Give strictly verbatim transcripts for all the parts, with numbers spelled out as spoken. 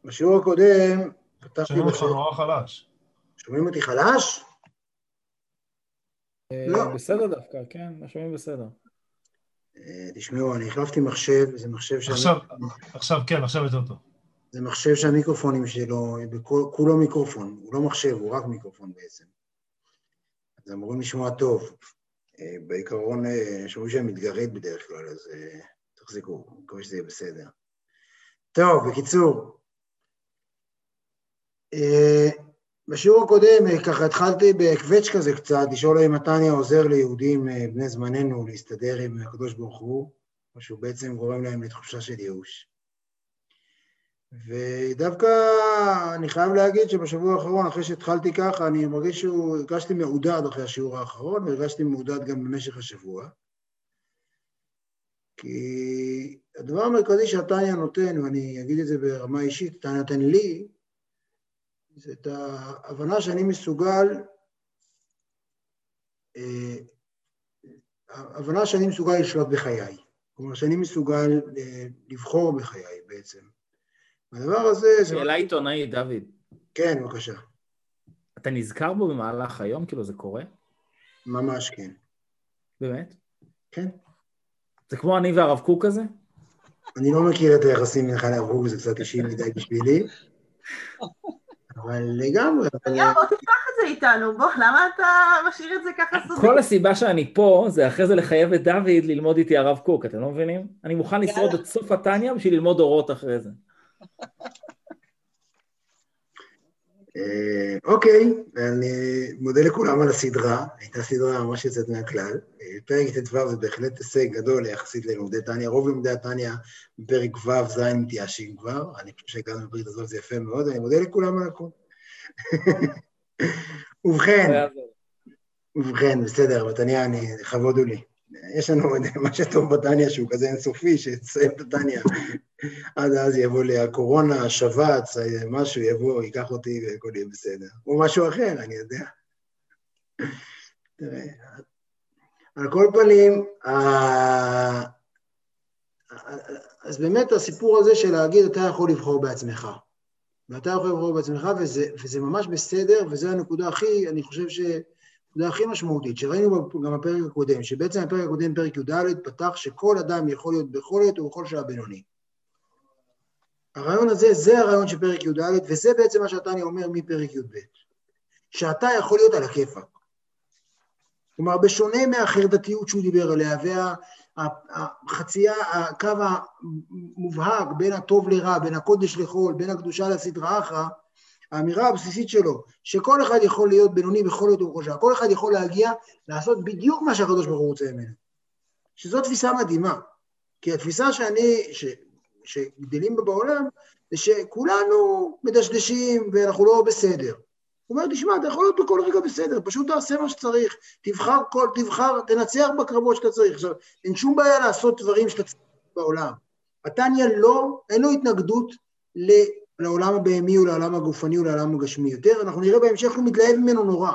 בשיעור הקודם, פתחתי... שומעים אותך נורא חלש. שומעים אותי חלש? לא. בסדר דווקא, כן, שומעים בסדר. תשמעו, אני החלפתי מחשב, זה מחשב שאני... עכשיו, עכשיו, כן, עכשיו יותר טוב. זה מחשב שהמיקרופונים שלו, כולו מיקרופון, הוא לא מחשב, הוא רק מיקרופון בעצם. אז אמורים לשמוע טוב. בעיקרון, שומעים שאני מתגרד בדרך כלל, אז תחזיקו, אני מקווה שזה יהיה בסדר. טוב, בקיצור, בשיעור הקודם, ככה התחלתי בקווץ' כזה קצת, לשאול אם מתניה עוזר ליהודים בני זמננו להסתדר עם הקדוש ברוך הוא, או שהוא בעצם גורם להם לתחושה של ייאוש. ודווקא אני חייב להגיד שבשבוע האחרון, אחרי שהתחלתי ככה, אני מרגיש שהוא, הרגשתי מעודד אחרי השיעור האחרון, והרגשתי מעודד גם במשך השבוע. כי הדבר המרכזי שהתניה נותן, ואני אגיד את זה ברמה אישית, תניה נותן לי, זה את ההבנה שאני מסוגל, ההבנה שאני מסוגל לשלוט בחיי. כלומר, שאני מסוגל לבחור בחיי בעצם. הדבר הזה... שאלה עיתונאית, דוד. כן, בבקשה. אתה נזכר בו במהלך היום? כאילו זה קורה? ממש כן. באמת? כן. זה כמו אני והרב קוק הזה? אני לא מכיר את היחסים בינך לרב קוק, זה קצת אישי מדי בשבילי. אבל לגמרי... יאללה, בוא תפתח את זה איתנו, בוא, למה אתה משאיר את זה ככה סודי? כל הסיבה שאני פה, זה אחרי זה לחייב את דוד ללמוד איתי הרב קוק, אתם לא מבינים? אני מוכן לשרוד את סוף התניה בשביל ללמוד אורות אחרי זה. אוקיי, אני מודה לכולם על הסדרה, הייתה סדרה ממש יוצאת מהכלל. פרק ט"ו זה בהחלט הישג גדול יחסית ללומדי תניה, רוב לומדי התניה בפרק ו' ז' מתייאשים כבר, אני חושב שהגענו בפרק הזאת זה יפה מאוד, אני מודה לכולם על הכל. ובכן, ובכן, בסדר, בתניה אני, לכבוד הוא לי. יש לנו מה שטוב בתניה שהוא כזה אינסופי, שתסיים את התניה. עד אז יבוא לי הקורונה, השבץ, משהו יבוא, ייקח אותי והכל יהיה בסדר. או משהו אחר, אני יודע. תראה, על כל פנים, אז באמת הסיפור הזה של להגיד, אתה יכול לבחור בעצמך. ואתה יכול לבחור בעצמך, וזה, וזה ממש בסדר, וזה הנקודה הכי, אני חושב ש... זה הכי משמעותית, שראינו גם בפרק הקודם, שבעצם הפרק הקודם, פרק י"ד, פתח שכל אדם יכול להיות בכל עת ובכל שעה בינוני. הרעיון הזה, זה הרעיון של פרק י"ד, וזה בעצם מה שאתה אני אומר מפרק י"ב. שאתה יכול להיות על הכיפק. כלומר, בשונה מהחרדתיות שהוא דיבר עליה, והחצייה, הקו המובהק בין הטוב לרע, בין הקודש לחול, בין הקדושה לסדרה אחרא, האמירה הבסיסית שלו, שכל אחד יכול להיות בינוני בכל עת ובכל שעה, כל אחד יכול להגיע לעשות בדיוק מה שהקדוש ברוך הוא רוצה ממנו. שזו תפיסה מדהימה, כי התפיסה שאני, ש, שגדלים בה בעולם, זה שכולנו מדשדשים ואנחנו לא בסדר. הוא אומר, תשמע, אתה יכול להיות בכל רגע בסדר, פשוט תעשה מה שצריך, תבחר כל, תבחר, תנצח בקרבות שאתה צריך. עכשיו, אין שום בעיה לעשות דברים שאתה צריך בעולם. התניה לא, אין לו התנגדות ל... לעולם הבהמי ולעולם הגופני ולעולם הגשמי יותר, אנחנו נראה בהמשך הוא מתלהב ממנו נורא,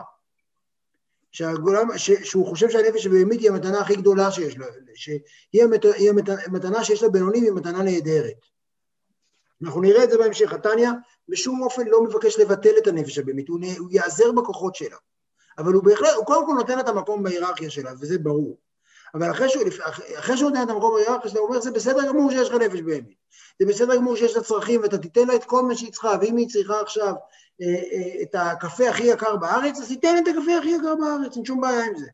שהגולם, ש, שהוא חושב שהנפש הבהמית היא המתנה הכי גדולה שיש לה, שהיא המת, המתנה שיש לה בינוני, היא מתנה נהדרת. אנחנו נראה את זה בהמשך, התניה בשום אופן לא מבקש לבטל את הנפש הבהמית, הוא, הוא יעזר בכוחות שלה, אבל הוא בהחלט, הוא קודם כל נותן את המקום בהיררכיה שלה, וזה ברור. אבל אחרי שהוא, אחרי שהוא נותן את המקום בהיררכיה שלה, הוא אומר, זה בסדר גמור שיש לך נפש בהמית. זה בסדר גמור שיש לה צרכים, ואתה תיתן לה את כל מה שהיא צריכה, ואם היא צריכה עכשיו אה, אה, את הקפה הכי יקר בארץ, אז תיתן את הקפה הכי יקר בארץ, אין שום בעיה עם זה.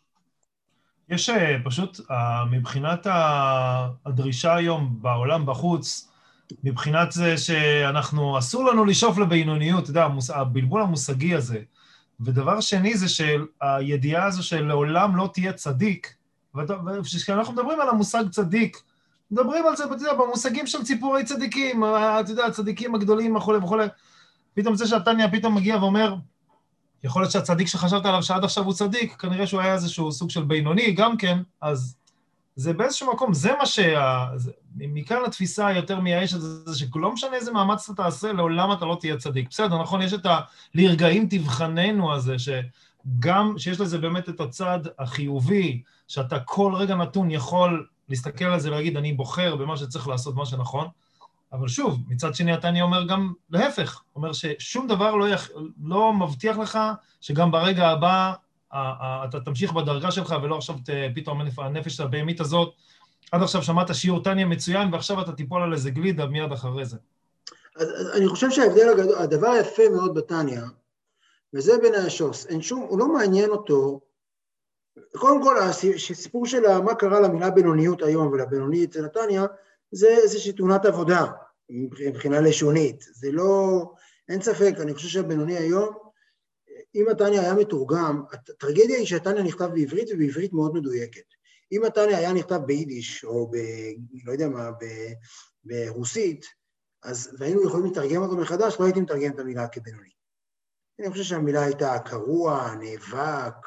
יש פשוט, מבחינת הדרישה היום בעולם בחוץ, מבחינת זה שאנחנו, אסור לנו לשאוף לבינוניות, אתה יודע, הבלבול המושגי הזה, ודבר שני זה שהידיעה הזו של לעולם לא תהיה צדיק, וכשאנחנו מדברים על המושג צדיק, מדברים על זה, אתה יודע, במושגים של ציפורי צדיקים, אתה יודע, הצדיקים הגדולים וכו' וכו', פתאום זה שהתניה פתאום מגיע ואומר, יכול להיות שהצדיק שחשבת עליו שעד עכשיו הוא צדיק, כנראה שהוא היה איזשהו סוג של בינוני גם כן, אז זה באיזשהו מקום, זה מה שה... מכאן לתפיסה היותר מייאשת, זה שלא משנה איזה מאמץ אתה תעשה, לעולם אתה לא תהיה צדיק. בסדר, נכון, יש את הלרגעים תבחננו הזה, שגם שיש לזה באמת את הצד החיובי, שאתה כל רגע נתון יכול להסתכל על זה ולהגיד, אני בוחר במה שצריך לעשות, מה שנכון, אבל שוב, מצד שני התניא אומר גם להפך, אומר ששום דבר לא, יח... לא מבטיח לך שגם ברגע הבא אתה תמשיך בדרגה שלך, ולא עכשיו פתאום הנפש הבהמית הזאת, עד עכשיו שמעת שיעור תניא מצוין, ועכשיו אתה תיפול על איזה גלידה מיד אחרי זה. אז, אז אני חושב שההבדל הגדול, הדבר היפה מאוד בתניא, וזה בין השוס, אין שום, הוא לא מעניין אותו, קודם כל, הסיפור של מה קרה למילה בינוניות היום ולבינוני אצל התניא, זה איזושהי תאונת עבודה, מבחינה לשונית, זה לא, אין ספק, אני חושב שהבינוני היום, אם התניא היה מתורגם, הטרגדיה היא שהתניא נכתב בעברית ובעברית מאוד מדויקת. אם התניא היה נכתב ביידיש, או ב, לא יודע מה, ב, ברוסית, אז, והיינו יכולים לתרגם אותו מחדש, לא הייתי מתרגם את המילה כבינוני. אני חושב שהמילה הייתה קרוע, נאבק,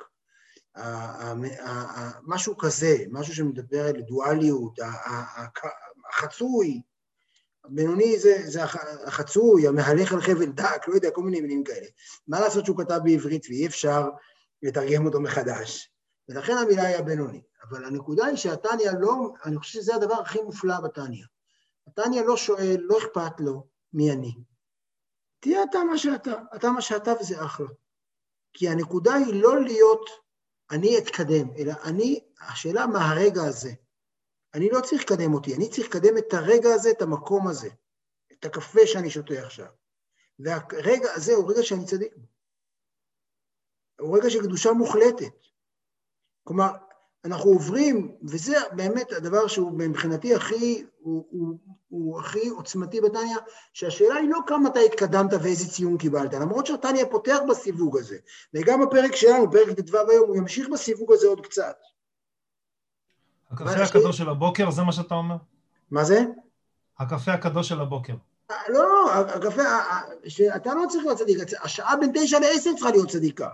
משהו כזה, משהו שמדבר על דואליות, החצוי, הבינוני זה, זה החצוי, המהלך על חבל דק, לא יודע, כל מיני מילים כאלה. מה לעשות שהוא כתב בעברית ואי אפשר לתרגם אותו מחדש? ולכן המילה היא הבינוני. אבל הנקודה היא שהתניא לא, אני חושב שזה הדבר הכי מופלא בתניא. התניא לא שואל, לא אכפת לו מי אני. תהיה אתה מה שאתה, אתה מה שאתה וזה אחלה. כי הנקודה היא לא להיות, אני אתקדם, אלא אני, השאלה מה הרגע הזה. אני לא צריך לקדם אותי, אני צריך לקדם את הרגע הזה, את המקום הזה, את הקפה שאני שותה עכשיו. והרגע הזה הוא רגע שאני צדיק בו. הוא רגע של קדושה מוחלטת. כלומר, אנחנו עוברים, וזה באמת הדבר שהוא מבחינתי הכי, הוא, הוא, הוא הכי עוצמתי בתניא, שהשאלה היא לא כמה אתה התקדמת ואיזה ציון קיבלת, למרות שהתניא פותח בסיווג הזה, וגם הפרק שלנו, פרק ט"ו היום, הוא ימשיך בסיווג הזה עוד קצת. הקפה הקדוש של הבוקר, זה מה שאתה אומר? מה זה? הקפה הקדוש של הבוקר. לא, לא, הקפה, שאתה לא צריך להיות צדיק, השעה בין תשע לעשר צריכה להיות צדיקה.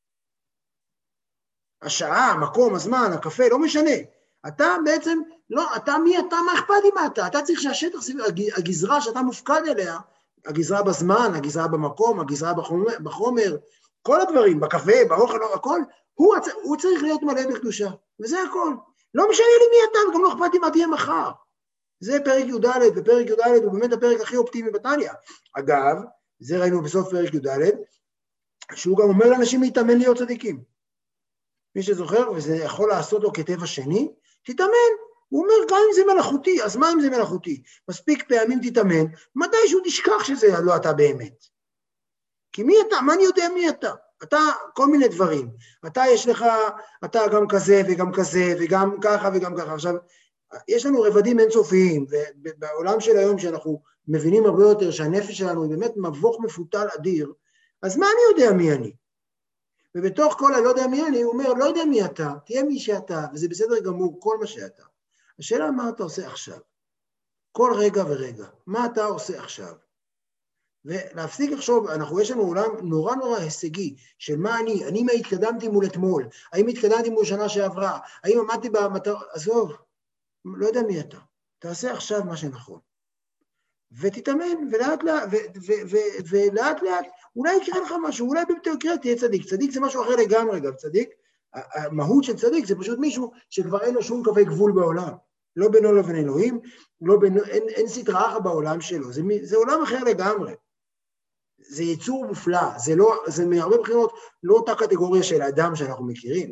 השעה, המקום, הזמן, הקפה, לא משנה. אתה בעצם, לא, אתה מי אתה, מה אכפת לי מה אתה? אתה צריך שהשטח, הגזרה שאתה מופקד אליה, הגזרה בזמן, הגזרה במקום, הגזרה בחומר, בחומר כל הדברים, בקפה, באוכל, הכל, הוא, הוא צריך להיות מלא בקדושה, וזה הכל. לא משנה לי מי אתה, וגם לא אכפת לי מה תהיה מחר. זה פרק י"ד, ופרק י"ד הוא באמת הפרק הכי אופטימי בתניא. אגב, זה ראינו בסוף פרק י"ד, שהוא גם אומר לאנשים להתאמן להיות צדיקים. מי שזוכר, וזה יכול לעשות לו כטבע שני, תתאמן. הוא אומר, גם אם זה מלאכותי, אז מה אם זה מלאכותי? מספיק פעמים תתאמן, מתישהו תשכח שזה לא אתה באמת. כי מי אתה? מה אני יודע מי אתה? אתה כל מיני דברים. אתה יש לך, אתה גם כזה וגם כזה, וגם ככה וגם ככה. עכשיו, יש לנו רבדים אינסופיים, ובעולם של היום שאנחנו מבינים הרבה יותר שהנפש שלנו היא באמת מבוך מפותל אדיר, אז מה אני יודע מי אני? ובתוך כל הלא יודע מי אני, הוא אומר, לא יודע מי אתה, תהיה מי שאתה, וזה בסדר גמור, כל מה שאתה. השאלה מה אתה עושה עכשיו? כל רגע ורגע, מה אתה עושה עכשיו? ולהפסיק לחשוב, אנחנו יש לנו עולם נורא נורא הישגי, של מה אני, אני מה התקדמתי מול אתמול, האם התקדמתי מול שנה שעברה, האם עמדתי במטרה, עזוב, לא יודע מי אתה, תעשה עכשיו מה שנכון. ותתאמן, ולאט לאט, ולאט לאט, אולי יקרה לך משהו, אולי במקרה תהיה צדיק. צדיק זה משהו אחר לגמרי, גם צדיק. המהות של צדיק זה פשוט מישהו שכבר אין לו שום קווי גבול בעולם. לא בינו לבין אלוהים, לא בין, אין, אין סדרה אחת בעולם שלו. זה, זה עולם אחר לגמרי. זה יצור מופלא. זה לא, זה מהרבה בחינות לא אותה קטגוריה של האדם שאנחנו מכירים.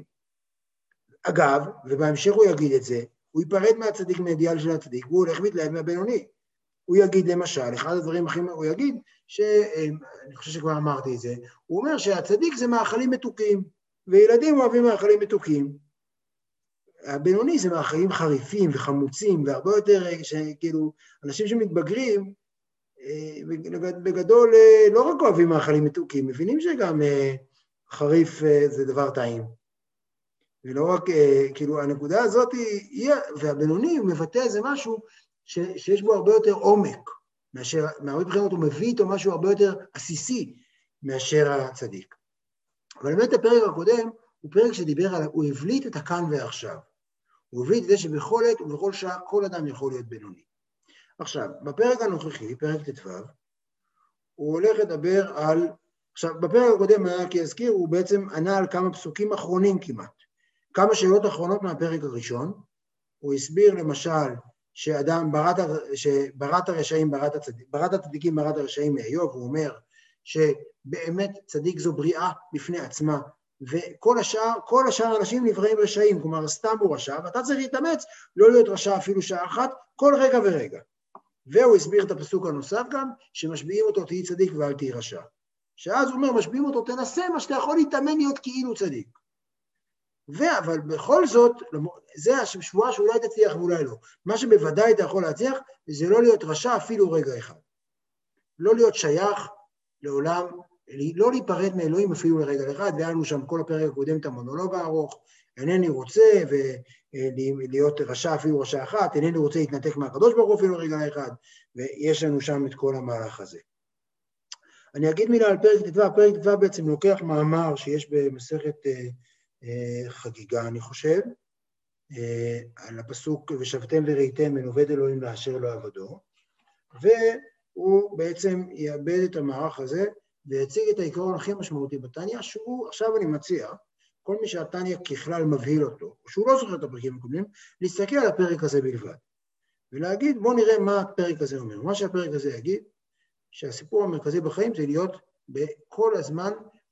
אגב, ובהמשך הוא יגיד את זה, הוא ייפרד מהצדיק, מהאידיאל של הצדיק, והוא הולך מתלהב מהבינוני. הוא יגיד למשל, אחד הדברים הכי, הוא יגיד, שאני חושב שכבר אמרתי את זה, הוא אומר שהצדיק זה מאכלים מתוקים, וילדים אוהבים מאכלים מתוקים. הבינוני זה מאכלים חריפים וחמוצים, והרבה יותר, כאילו, אנשים שמתבגרים, בגדול לא רק אוהבים מאכלים מתוקים, מבינים שגם חריף זה דבר טעים. ולא רק, כאילו, הנקודה הזאת היא, והבינוני מבטא איזה משהו, ש, שיש בו הרבה יותר עומק, מאשר, מהרבה בחינות הוא מביא איתו משהו הרבה יותר עסיסי מאשר הצדיק. אבל באמת הפרק הקודם הוא פרק שדיבר על, הוא הבליט את הכאן ועכשיו. הוא הבליט את זה שבכל עת ובכל שעה כל אדם יכול להיות בינוני. עכשיו, בפרק הנוכחי, פרק ט"ו, הוא הולך לדבר על, עכשיו, בפרק הקודם היה כי אזכיר, הוא בעצם ענה על כמה פסוקים אחרונים כמעט. כמה שאלות אחרונות מהפרק הראשון, הוא הסביר למשל, שאדם ברת, שברת הרשעים, ברת הצדיק, ברת הצדיקים, ברת הרשעים מאיוב, הוא אומר שבאמת צדיק זו בריאה בפני עצמה, וכל השאר, כל השאר האנשים נבראים רשעים, כלומר סתם הוא רשע, ואתה צריך להתאמץ לא להיות רשע אפילו שעה אחת, כל רגע ורגע. והוא הסביר את הפסוק הנוסף גם, שמשביעים אותו תהי צדיק ואל תהי רשע. שאז הוא אומר, משביעים אותו, תנסה מה שאתה יכול להתאמן להיות כאילו צדיק. אבל בכל זאת, זה השבועה שאולי תצליח ואולי לא. מה שבוודאי אתה יכול להצליח, זה לא להיות רשע אפילו רגע אחד. לא להיות שייך לעולם, לא להיפרד מאלוהים אפילו לרגע אחד, והיה לנו שם כל הפרק הקודם את המונולוג הארוך, אינני רוצה ולהיות רשע אפילו רשע אחת, אינני רוצה להתנתק מהקדוש ברוך הוא אפילו רגע אחד, ויש לנו שם את כל המהלך הזה. אני אגיד מילה על פרק ט"ו, פרק ט"ו בעצם לוקח מאמר שיש במסכת חגיגה, אני חושב, על הפסוק ושבתם וראיתם מן עובד אלוהים לאשר לא עבדו, והוא בעצם יאבד את המערך הזה ויציג את העיקרון הכי משמעותי בתניא, שהוא עכשיו אני מציע, כל מי שהתניא ככלל מבהיל אותו, או שהוא לא זוכר את הפרקים הקודמים, להסתכל על הפרק הזה בלבד, ולהגיד בוא נראה מה הפרק הזה אומר. מה שהפרק הזה יגיד, שהסיפור המרכזי בחיים זה להיות בכל הזמן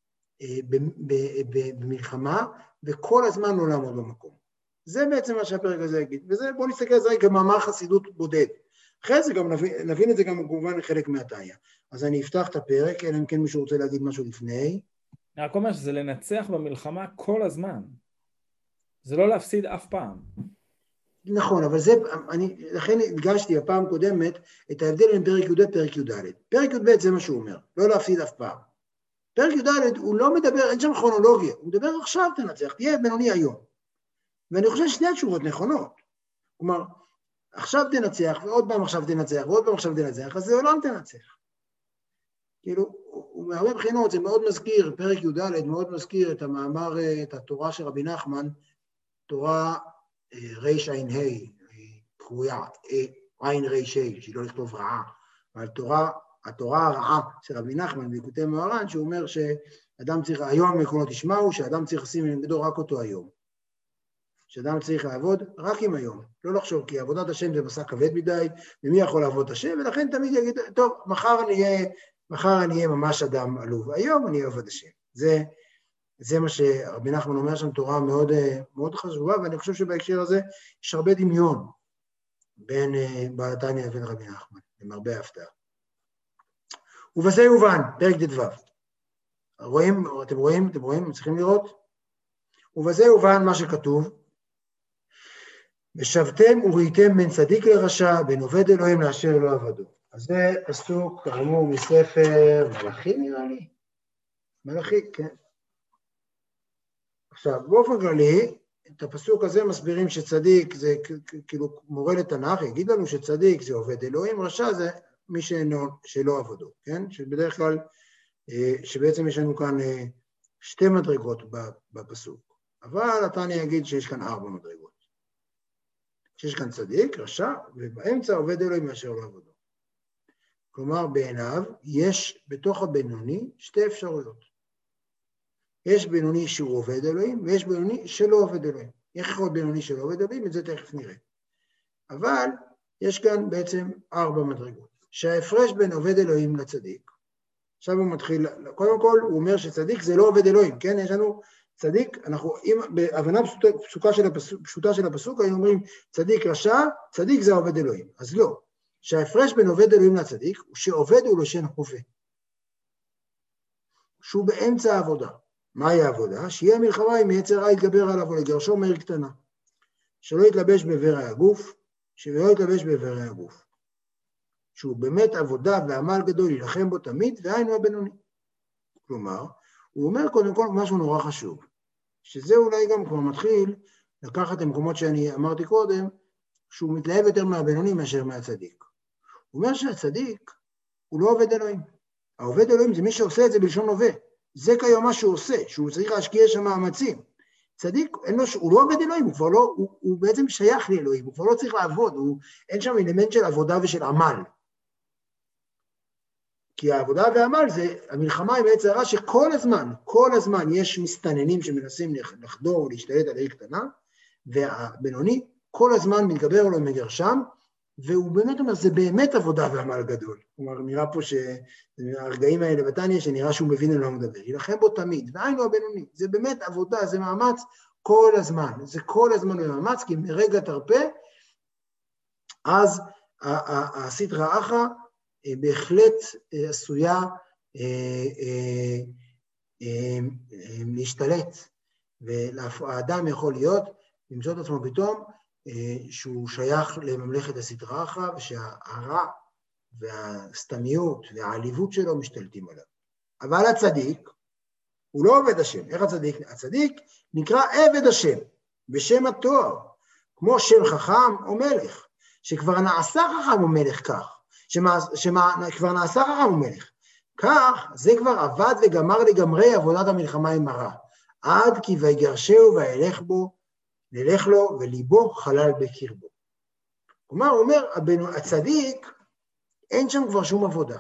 במלחמה, וכל הזמן לא לעמוד במקום. זה בעצם מה שהפרק הזה יגיד, וזה בואו נסתכל על זה כמאמר חסידות בודד. אחרי זה גם נבין, נבין את זה גם כמובן חלק מהתניא. אז אני אפתח את הפרק, אלא אם כן מישהו רוצה להגיד משהו לפני. אני רק אומר שזה לנצח במלחמה כל הזמן. זה לא להפסיד אף פעם. נכון, אבל זה, אני, לכן הדגשתי הפעם קודמת את ההבדל בין פרק י"ד ופרק י"ד. פרק י"ב זה מה שהוא אומר, לא להפסיד אף פעם. פרק י"ד הוא לא מדבר, אין שם כרונולוגיה, הוא מדבר עכשיו תנצח, תהיה בינוני היום. ואני חושב ששני התשובות נכונות. כלומר, עכשיו תנצח, ועוד פעם עכשיו תנצח, ועוד פעם עכשיו תנצח, אז זה עולם תנצח. כאילו, הוא מהרבה בחינות, זה מאוד מזכיר, פרק י"ד מאוד מזכיר את המאמר, את התורה של רבי נחמן, תורה ריש עין ה', קרויה, עין ריש ה', שהיא לא לכתוב רעה, אבל תורה, התורה הרעה של רבי נחמן בליקוטי מוהר"ן, שהוא אומר שאדם צריך, היום מקולות תשמעו, שאדם צריך לשים נגדו רק אותו היום. שאדם צריך לעבוד רק עם היום, לא לחשוב, כי עבודת השם זה מסע כבד מדי, ומי יכול לעבוד את השם, ולכן תמיד יגיד, טוב, מחר אני אהיה, מחר אני אהיה ממש אדם עלוב, היום אני עובד השם. זה, זה מה שרבי נחמן אומר שם, תורה מאוד, מאוד חשובה, ואני חושב שבהקשר הזה יש הרבה דמיון בין בעל התניא לבין רבי נחמן, עם הרבה הפתעה. ובזה יובן, פרק ט"ו. רואים, אתם רואים, אתם רואים, צריכים לראות? ובזה יובן מה שכתוב, ושבתם וראיתם בין צדיק לרשע, בין עובד אלוהים לאשר לא עבדו. אז זה פסוק, כאמור, מספר מלאכי נראה לי. מלאכי, כן. עכשיו, באופן כללי, את הפסוק הזה מסבירים שצדיק זה כאילו מורה לתנ"ך, יגיד לנו שצדיק זה עובד אלוהים, רשע זה מי שאינו, שלא עבדו, כן? שבדרך כלל, שבעצם יש לנו כאן שתי מדרגות בפסוק. אבל התניא יגיד שיש כאן ארבע מדרגות. שיש כאן צדיק, רשע, ובאמצע עובד אלוהים מאשר לא עבדו. כלומר, בעיניו יש בתוך הבינוני שתי אפשרויות. יש בינוני שהוא עובד אלוהים, ויש בינוני שלא עובד אלוהים. איך יכול להיות בינוני שלא עובד אלוהים? את זה תכף נראה. אבל יש כאן בעצם ארבע מדרגות. שההפרש בין עובד אלוהים לצדיק, עכשיו הוא מתחיל, קודם כל הוא אומר שצדיק זה לא עובד אלוהים, כן? יש לנו צדיק, אנחנו, אם בהבנה פשוטה של הפסוק, פשוטה של הפסוק, היינו אומרים צדיק רשע, צדיק זה עובד אלוהים. אז לא. שההפרש בין עובד אלוהים לצדיק, הוא שעובד הוא לשון הווה. שהוא באמצע העבודה. מהי העבודה? שיהיה מלחמה עם יצר רע יתגבר עליו או לגרשו מעיר קטנה. שלא יתלבש באיברי הגוף, שלא יתלבש באיברי הגוף. שהוא באמת עבודה ועמל גדול ילחם בו תמיד, והיינו הבינוני. כלומר, הוא אומר קודם כל משהו נורא חשוב, שזה אולי גם כבר מתחיל לקחת את המקומות שאני אמרתי קודם, שהוא מתלהב יותר מהבינוני מאשר מהצדיק. הוא אומר שהצדיק הוא לא עובד אלוהים. העובד אלוהים זה מי שעושה את זה בלשון הווה. זה כיום מה שהוא עושה, שהוא צריך להשקיע שם מאמצים. צדיק, אין לו, הוא לא עובד אלוהים, הוא כבר לא, הוא, הוא בעצם שייך לאלוהים, הוא כבר לא צריך לעבוד, הוא, אין שם אלמנט של עבודה ושל עמל. כי העבודה והעמל זה המלחמה עם יצר הרע שכל הזמן, כל הזמן יש מסתננים שמנסים לחדור או להשתלט על עיר קטנה, והבינוני כל הזמן מתגבר לו מגרשם, והוא באמת אומר, זה באמת עבודה ועמל גדול. כלומר, נראה פה שהרגעים האלה בתניא, שנראה שהוא מבין על מה הוא מדבר. ילחם בו תמיד, והיינו הבינוני. זה באמת עבודה, זה מאמץ כל הזמן. זה כל הזמן במאמץ, כי מרגע תרפה, אז הסטרא אחרא בהחלט עשויה להשתלט, והאדם יכול להיות, למצוא את עצמו פתאום, שהוא שייך לממלכת הסטרא אחרא, ושהרע והסתמיות והעליבות שלו משתלטים עליו. אבל הצדיק, הוא לא עובד השם. איך הצדיק? הצדיק נקרא עבד השם, בשם התואר, כמו שם חכם או מלך, שכבר נעשה חכם או מלך כך, שכבר נעשה חכם או מלך. כך, זה כבר עבד וגמר לגמרי עבודת המלחמה עם הרע, עד כי ויגרשהו וילך בו, נלך לו וליבו חלל בקרבו. כלומר, הוא אומר, הצדיק, אין שם כבר שום עבודה.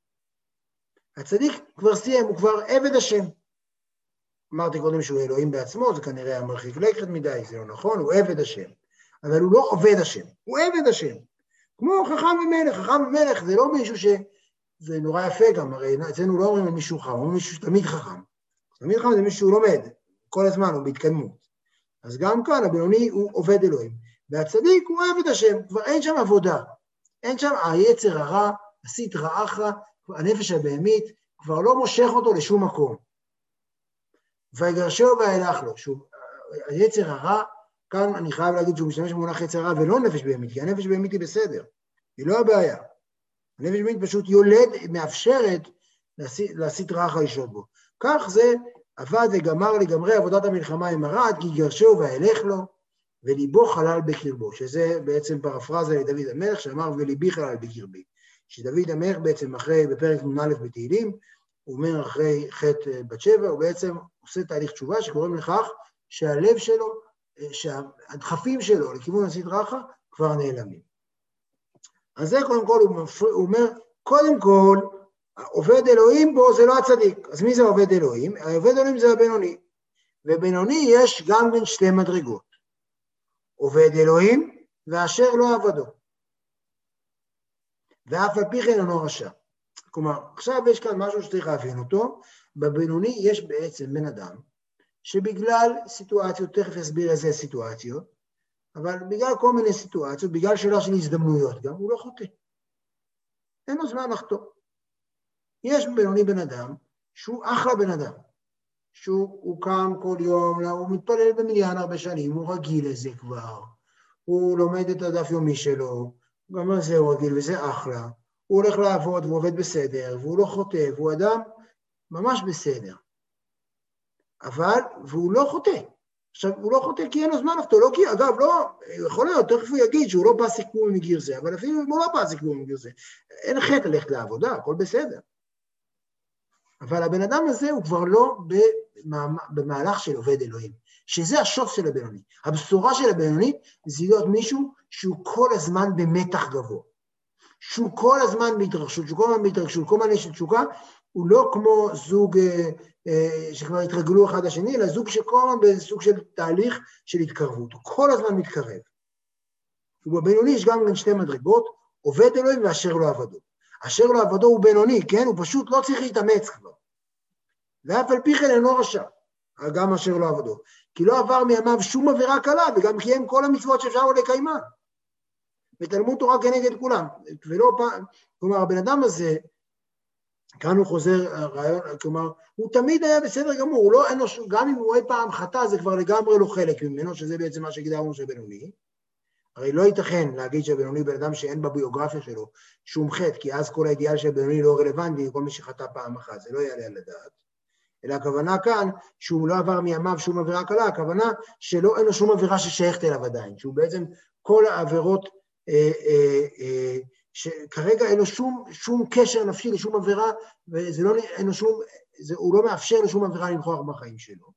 הצדיק כבר סיים, הוא כבר עבד השם. אמרתי קודם שהוא אלוהים בעצמו, זה כנראה מרחיק לכת מדי, זה לא נכון, הוא עבד השם. אבל הוא לא עובד השם, הוא עבד השם. כמו חכם ומלך, חכם ומלך זה לא מישהו ש... זה נורא יפה גם, הרי אצלנו לא אומרים על מישהו חכם, אומרים מישהו תמיד חכם. תמיד חכם זה מישהו שהוא לומד, כל הזמן הוא בהתקדמות. אז גם כאן הבינוני הוא עובד אלוהים, והצדיק הוא עבד השם, כבר אין שם עבודה. אין שם היצר הרע, הסטרא אחרא, הנפש הבהמית, כבר לא מושך אותו לשום מקום. ויגרשהו וילך לו, שוב, היצר הרע, כאן אני חייב להגיד שהוא משתמש במונח יצר הרע ולא נפש בהמית, כי הנפש בהמית היא בסדר, היא לא הבעיה. הנפש בהמית פשוט יולד, מאפשרת לסטרא אחרא לשלוט בו. כך זה עבד וגמר לגמרי עבודת המלחמה עם הרע, כי גרשהו וילך לו, וליבו חלל בקרבו, שזה בעצם פרפרזה לדוד המלך, שאמר וליבי חלל בקרבי. שדוד המלך בעצם אחרי, בפרק נ"א בתהילים, הוא אומר אחרי חטא בת שבע, הוא בעצם עושה תהליך תשובה שקוראים לכך שהלב שלו, שהדחפים שלו לכיוון הסטרא אחרא כבר נעלמים. אז זה קודם כל הוא אומר, קודם כל, עובד אלוהים בו זה לא הצדיק. אז מי זה עובד אלוהים? העובד אלוהים זה הבינוני. ובינוני יש גם בין שתי מדרגות. עובד אלוהים ואשר לא עבדו. ואף על פי כן אינו רשע. כלומר, עכשיו יש כאן משהו שצריך להבין אותו. בבינוני יש בעצם בן אדם, שבגלל סיטואציות, תכף אסביר איזה סיטואציות, אבל בגלל כל מיני סיטואציות, בגלל שאלה של הזדמנויות גם, הוא לא חוטא. אין לו זמן לחטוא. יש בינוני בן אדם, שהוא אחלה בן אדם, שהוא קם כל יום, הוא מתפלל במניין הרבה שנים, הוא רגיל לזה כבר, הוא לומד את הדף יומי שלו, גם על זה הוא רגיל וזה אחלה, הוא הולך לעבוד והוא עובד בסדר, והוא לא חוטא, והוא אדם ממש בסדר. אבל, והוא לא חוטא. עכשיו, הוא לא חוטא כי אין לו זמן לחטוא, לא כי, אגב, לא, יכול להיות, תכף הוא יגיד שהוא לא פסק כלום מגיר זה, אבל אפילו אם הוא לא פסק כלום מגיר זה, אין חטא ללכת לעבודה, הכל בסדר. אבל הבן אדם הזה הוא כבר לא במהלך של עובד אלוהים, שזה השוט של הבינוני. הבשורה של הבינוני זה להיות מישהו שהוא כל הזמן במתח גבוה, שהוא כל הזמן בהתרגשות, שהוא כל הזמן בהתרגשות, כל הזמן יש תשוקה, הוא לא כמו זוג אה, אה, שכבר התרגלו אחד לשני, אלא זוג שכל הזמן בסוג של תהליך של התקרבות, הוא כל הזמן מתקרב. ובבינוני יש גם בין שתי מדרגות, עובד אלוהים ואשר לא עבדו. אשר לא עבדו הוא בינוני, כן? הוא פשוט לא צריך להתאמץ כבר. ואף על פי כן אינו רשע, גם אשר לא עבדו. כי לא עבר מימיו שום עבירה קלה, וגם קיים כל המצוות שאפשר לו לקיימן. ותלמוד תורה כנגד כולם. ולא פעם, כלומר, הבן אדם הזה, כאן הוא חוזר הרעיון, כלומר, הוא תמיד היה בסדר גמור, הוא לא, אנוש, גם אם הוא אי פעם חטא, זה כבר לגמרי לא חלק ממנו, שזה בעצם מה שגידרנו של בינוני. הרי לא ייתכן להגיד שבינוני בן אדם שאין בביוגרפיה שלו שום חטא, כי אז כל האידיאל של בינוני לא רלוונטי, כל מי שחטא פעם אחת, זה לא יעלה על הדעת. אלא הכוונה כאן, שהוא לא עבר מימיו שום עבירה קלה, הכוונה שלא אין לו שום עבירה ששייכת אליו עדיין, שהוא בעצם כל העבירות, אה, אה, אה, שכרגע אין לו שום, שום קשר נפשי לשום עבירה, וזה לא, אין לו שום, זה, הוא לא מאפשר לשום עבירה לנכוח בחיים שלו.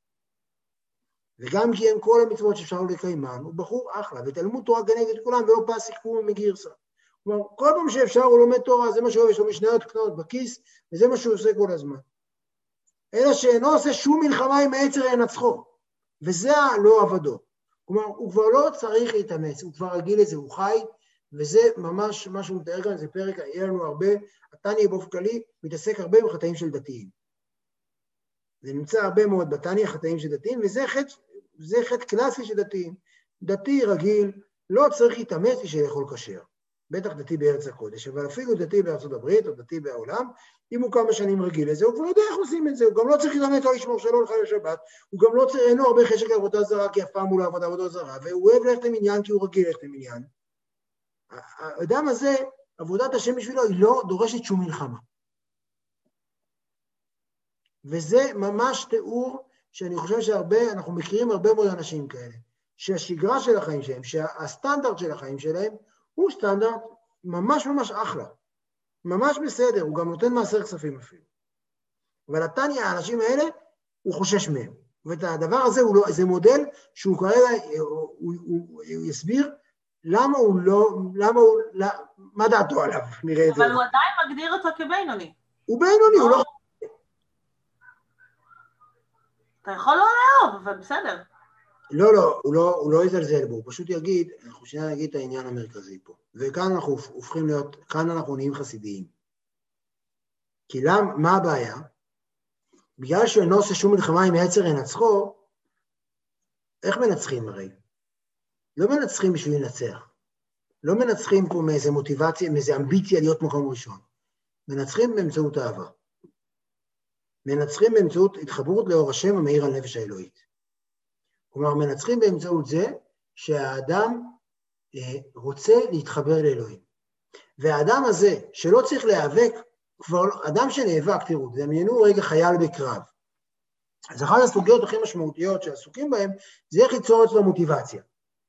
וגם כי אין כל המצוות שאפשר לקיימן, הוא בחור אחלה, ותלמוד תורה כנגד כולם, ולא פסק כלום מגרסה. כלומר, כל פעם שאפשר הוא לומד תורה, זה מה שהוא אוהב, יש לו משניות קטנות בכיס, וזה מה שהוא עושה כל הזמן. אלא שאינו עושה שום מלחמה עם היצר ינצחו, וזה לא עבדו. כלומר, הוא כבר לא צריך להתאמץ, הוא כבר רגיל לזה, הוא חי וזה ממש מה שהוא מתאר כאן, זה פרק, יהיה לנו הרבה, התניא באופן כללי מתעסק הרבה בחטאים של דתיים. זה נמצא הרבה מאוד בתניא, חטאים של דתיים, וזה חטא, זה חטא קלאסי של דתיים. דתי רגיל, לא צריך להתאמץ בשביל לאכול כשר. בטח דתי בארץ הקודש, אבל אפילו דתי בארצות הברית או דתי בעולם, אם הוא כמה שנים רגיל לזה, הוא כבר יודע איך עושים את זה, הוא גם לא צריך להתאמץ או לשמור שלא לחלל שבת, הוא גם לא צריך, אין לו הרבה חשק לעבודה זרה, כי אף פעם הוא לא עבודה עבודה זרה, והוא אוהב ללכת למניין כי הוא רגיל ללכת למניין. האדם הזה, עבודת השם בשבילו, היא לא דורשת שום מלחמה. וזה ממש תיאור שאני חושב שהרבה, אנחנו מכירים הרבה מאוד אנשים כאלה, שהשגרה של החיים שלהם, שהסטנדרט של החיים שלהם, הוא סטנדרט ממש ממש אחלה, ממש בסדר, הוא גם נותן מעשר כספים אפילו. אבל התניא, האנשים האלה, הוא חושש מהם. ואת הדבר הזה, הוא לא, זה מודל שהוא כרגע, הוא, הוא, הוא, הוא יסביר למה הוא לא, למה הוא, לא, מה דעתו עליו, נראה את זה. אבל הוא עדיין מגדיר אותו כבינוני. הוא בינוני, הוא לא... אתה יכול לא לאהוב, אבל בסדר. לא, לא, הוא לא, הוא לא יזלזל בו, הוא פשוט יגיד, אנחנו שנייה נגיד את העניין המרכזי פה. וכאן אנחנו הופכים להיות, כאן אנחנו נהיים חסידיים. כי למה, מה הבעיה? בגלל שאינו עושה שום מלחמה עם היצר ינצחו, איך מנצחים הרי? לא מנצחים בשביל לנצח. לא מנצחים פה מאיזה מוטיבציה, מאיזה אמביציה להיות מקום ראשון. מנצחים באמצעות אהבה. מנצחים באמצעות התחברות לאור השם המאיר על נפש האלוהית. כלומר, מנצחים באמצעות זה שהאדם אה, רוצה להתחבר לאלוהים. והאדם הזה שלא צריך להיאבק, כבר אדם שנאבק, תראו, דמיינו רגע חייל בקרב. אז אחת הסוגיות הכי משמעותיות שעסוקים בהן, זה איך ליצור אצלו מוטיבציה.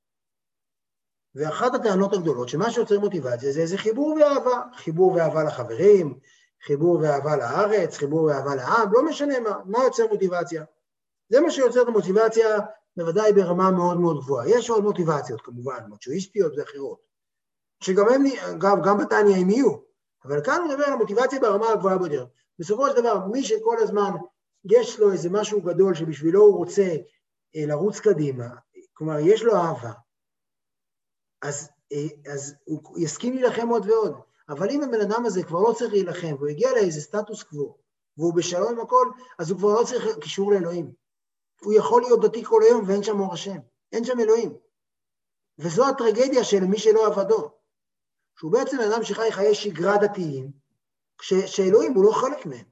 ואחת הטענות הגדולות, שמה שיוצר מוטיבציה זה איזה חיבור ואהבה, חיבור ואהבה לחברים, חיבור ואהבה לארץ, חיבור ואהבה לעם, לא משנה מה, מה יוצר מוטיבציה. זה מה שיוצר את המוטיבציה, בוודאי ברמה מאוד מאוד גבוהה. יש עוד מוטיבציות כמובן, מצ'ואיסטיות ואחרות, שגם הם, גם, גם בתניא הם יהיו, אבל כאן הוא מדבר על המוטיבציה ברמה הגבוהה ביותר. בסופו של דבר, מי שכל הזמן יש לו איזה משהו גדול שבשבילו הוא רוצה אה, לרוץ קדימה, כלומר יש לו אהבה, אז, אה, אז הוא יסכים להילחם עוד ועוד. אבל אם הבן אדם הזה כבר לא צריך להילחם, והוא הגיע לאיזה סטטוס קוו, והוא בשלום עם הכל, אז הוא כבר לא צריך קישור לאלוהים. הוא יכול להיות דתי כל היום ואין שם אור השם, אין שם אלוהים. וזו הטרגדיה של מי שלא עבדו. שהוא בעצם אדם שחי חיי שגרה דתיים, שאלוהים הוא לא חלק מהם.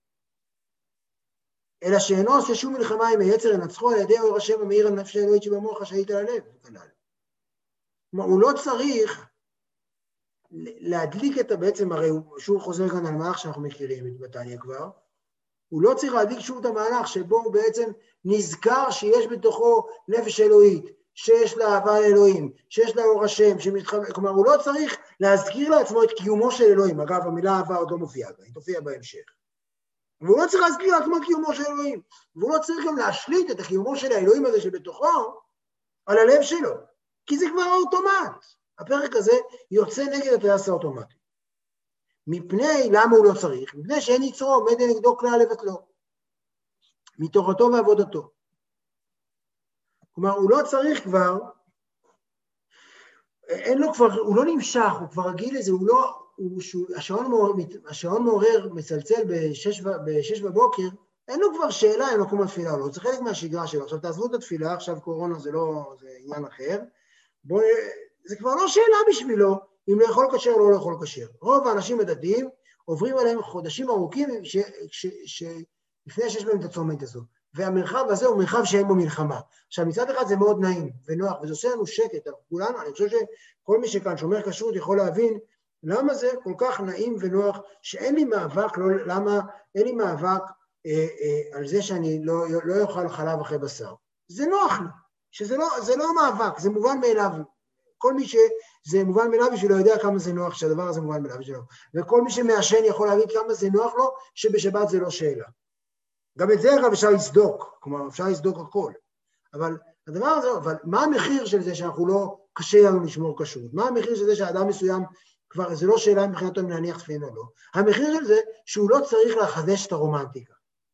אלא שאינו עושה שום מלחמה עם היצר ינצחו על ידי אור השם המאיר על נפש האלוהית שבמוח השהית על הלב. כלומר, הוא לא צריך להדליק את בעצם, הרי הוא שוב חוזר כאן על מהלך שאנחנו מכירים בתניא כבר, הוא לא צריך להדליק שוב את המהלך שבו הוא בעצם נזכר שיש בתוכו נפש אלוהית, שיש לה אהבה לאלוהים, שיש לה אור השם, שמתחבר, כלומר הוא לא צריך להזכיר לעצמו את קיומו של אלוהים, אגב המילה אהבה עוד לא מופיעה, היא תופיע בהמשך. והוא לא צריך להזכיר לעצמו את קיומו של אלוהים, והוא לא צריך גם להשליט את הקיומו של האלוהים הזה שבתוכו על הלב שלו, כי זה כבר האוטומט. הפרק הזה יוצא נגד הטייס האוטומטי. מפני, למה הוא לא צריך? מפני שאין יצרו עומד נגדו כלל לבטלו. מתורתו ועבודתו. כלומר, הוא לא צריך כבר, אין לו כבר, הוא לא נמשך, הוא כבר רגיל לזה, הוא לא, הוא, שהוא, השעון, מעורר, השעון מעורר מצלצל בשש, בשש בבוקר, אין לו כבר שאלה אם מקום התפילה או לא, זה חלק מהשגרה שלו. עכשיו תעזבו את התפילה, עכשיו קורונה זה לא, זה עניין אחר, בוא, זה כבר לא שאלה בשבילו, אם לאכול כשר או לא לאכול כשר. רוב האנשים הדתיים עוברים עליהם חודשים ארוכים ש, ש, ש, לפני שיש בהם את הצומת הזו. והמרחב הזה הוא מרחב שאין בו מלחמה. עכשיו מצד אחד זה מאוד נעים ונוח, וזה עושה לנו שקט, כולנו, אני חושב שכל מי שכאן שומר כשרות יכול להבין למה זה כל כך נעים ונוח, שאין לי מאבק, לא, למה אין לי מאבק אה, אה, על זה שאני לא, לא יאכל חלב אחרי בשר. זה נוח לי, שזה לא, זה לא מאבק, זה מובן מאליו. כל מי שזה מובן מאליו שלו יודע כמה זה נוח, שהדבר הזה מובן מאליו שלו. וכל מי שמעשן יכול להגיד כמה זה נוח לו, שבשבת זה לא שאלה. גם את זה אגב אפשר לסדוק, כלומר אפשר לסדוק הכל. אבל הדבר הזה, אבל מה המחיר של זה שאנחנו לא, קשה לנו לשמור כשרות? מה המחיר של זה שהאדם מסוים, כבר זה לא שאלה מבחינתו אם להניח תפילין או לא. המחיר של זה שהוא לא צריך לחדש את הרומנטיקה.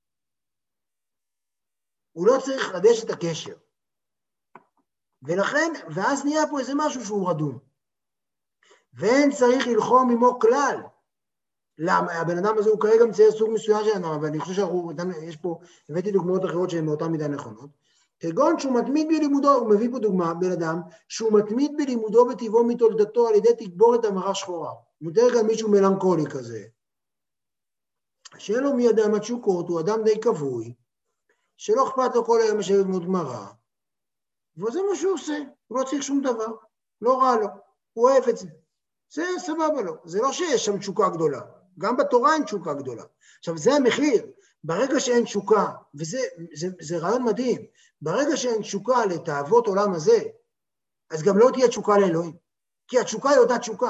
הוא לא צריך לחדש את הקשר. ולכן, ואז נהיה פה איזה משהו שהוא רדום. ואין צריך ללחום עמו כלל. למה? הבן אדם הזה הוא כרגע מצייר סוג מסוים שלנו, אבל אני חושב שיש פה, הבאתי דוגמאות אחרות שהן מאותה מידה נכונות. כגון שהוא מתמיד בלימודו, הוא מביא פה דוגמה, בן אדם, שהוא מתמיד בלימודו בטבעו מתולדתו על ידי תגבורת המרה שחורה. הוא מתאר גם מישהו מלנכולי כזה. שאין לו מי אדם התשוקות, הוא אדם די כבוי, שלא אכפת לו כל היום לשבת ללמוד גמרא, וזה מה שהוא עושה, הוא לא צריך שום דבר, לא רע לו, הוא אוהב את זה. זה סבבה לו, זה לא שיש שם תשוקה גדולה, גם בתורה אין תשוקה גדולה. עכשיו זה המחיר, ברגע שאין תשוקה, וזה זה, זה רעיון מדהים, ברגע שאין תשוקה לתאוות עולם הזה, אז גם לא תהיה תשוקה לאלוהים, כי התשוקה היא אותה תשוקה.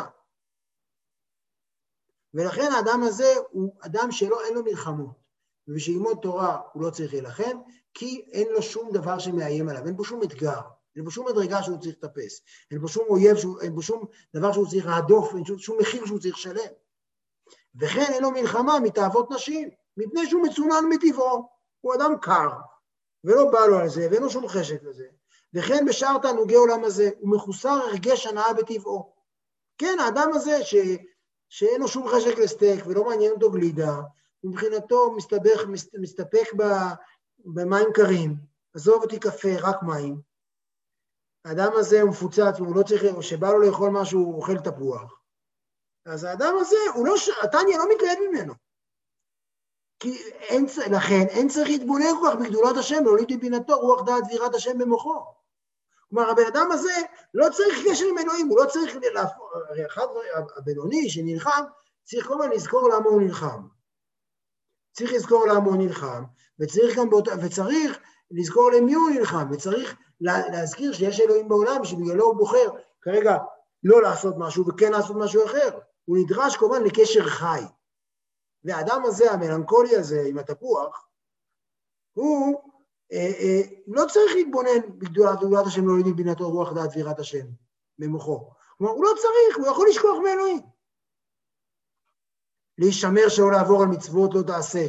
ולכן האדם הזה הוא אדם שלא אין לו מלחמות, ובשלמוד תורה הוא לא צריך להילחם, כי אין לו שום דבר שמאיים עליו, אין פה שום אתגר, אין פה שום מדרגה שהוא צריך לטפס, אין פה שום אויב, אין פה שום דבר שהוא צריך להדוף, אין שום מחיר שהוא צריך לשלם. וכן אין לו מלחמה מתאוות נשים, מפני שהוא מצונן מטבעו, הוא אדם קר, ולא בא לו על זה, ואין לו שום חשק לזה. וכן בשאר תענוגי עולם הזה, הוא מחוסר הרגש הנאה בטבעו. כן, האדם הזה ש... שאין לו שום חשק לסטייק, ולא מעניין אותו גלידה, מבחינתו מסתבך, מסתפק במים קרים, עזוב אותי קפה, רק מים. האדם הזה הוא מפוצץ, והוא לא צריך, שבא לו לאכול משהו, הוא אוכל תפוח. אז האדם הזה, הוא לא, התניא לא מתלהב ממנו. כי אין, לכן אין צריך להתבונן כל כך בגדולת השם, להוליד בבינתו, רוח דעת ויראת השם במוחו. כלומר, הבן אדם הזה לא צריך קשר עם אלוהים, הוא לא צריך, הרי אחד הבינוני שנלחם, צריך כל הזמן לזכור למה הוא נלחם. צריך לזכור למה הוא נלחם, וצריך גם באותה, וצריך לזכור למי הוא נלחם, וצריך להזכיר שיש אלוהים בעולם, שבגללו הוא בוחר כרגע לא לעשות משהו, וכן לעשות משהו אחר. הוא נדרש כמובן לקשר חי. והאדם הזה, המלנכולי הזה, עם התפוח, הוא אה, אה, לא צריך להתבונן בגדולת גדולת השם, לא יודעים בינתו רוח דעת ויראת השם במוחו. כלומר, הוא לא צריך, הוא יכול לשכוח מאלוהים. להישמר שלא לעבור על מצוות לא תעשה.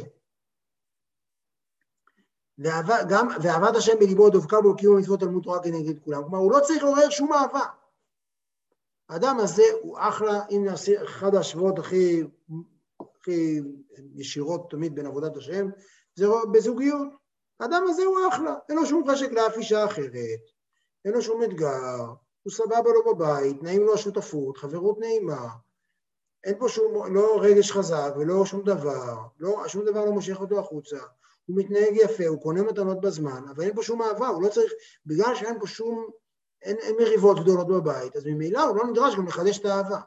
גם, ואהבת השם בליבו דבקה בו קיום המצוות תלמוד תורה כנגד כולם. כלומר, הוא לא צריך לעורר שום אהבה. האדם הזה הוא אחלה, אם נעשה אחד השבועות הכי, הכי ישירות תמיד בין עבודת השם, זה בזוגיות. האדם הזה הוא אחלה, אין לו שום חשק לאף אישה אחרת, אין לו שום אתגר, הוא סבבה לו בבית, נעים לו השותפות, חברות נעימה, אין פה שום, לא רגש חזק ולא שום דבר, לא, שום דבר לא מושך אותו החוצה, הוא מתנהג יפה, הוא קונה מתנות בזמן, אבל אין פה שום אהבה, הוא לא צריך, בגלל שאין פה שום, אין, אין מריבות גדולות בבית, אז ממילא הוא לא נדרש גם לחדש את האהבה.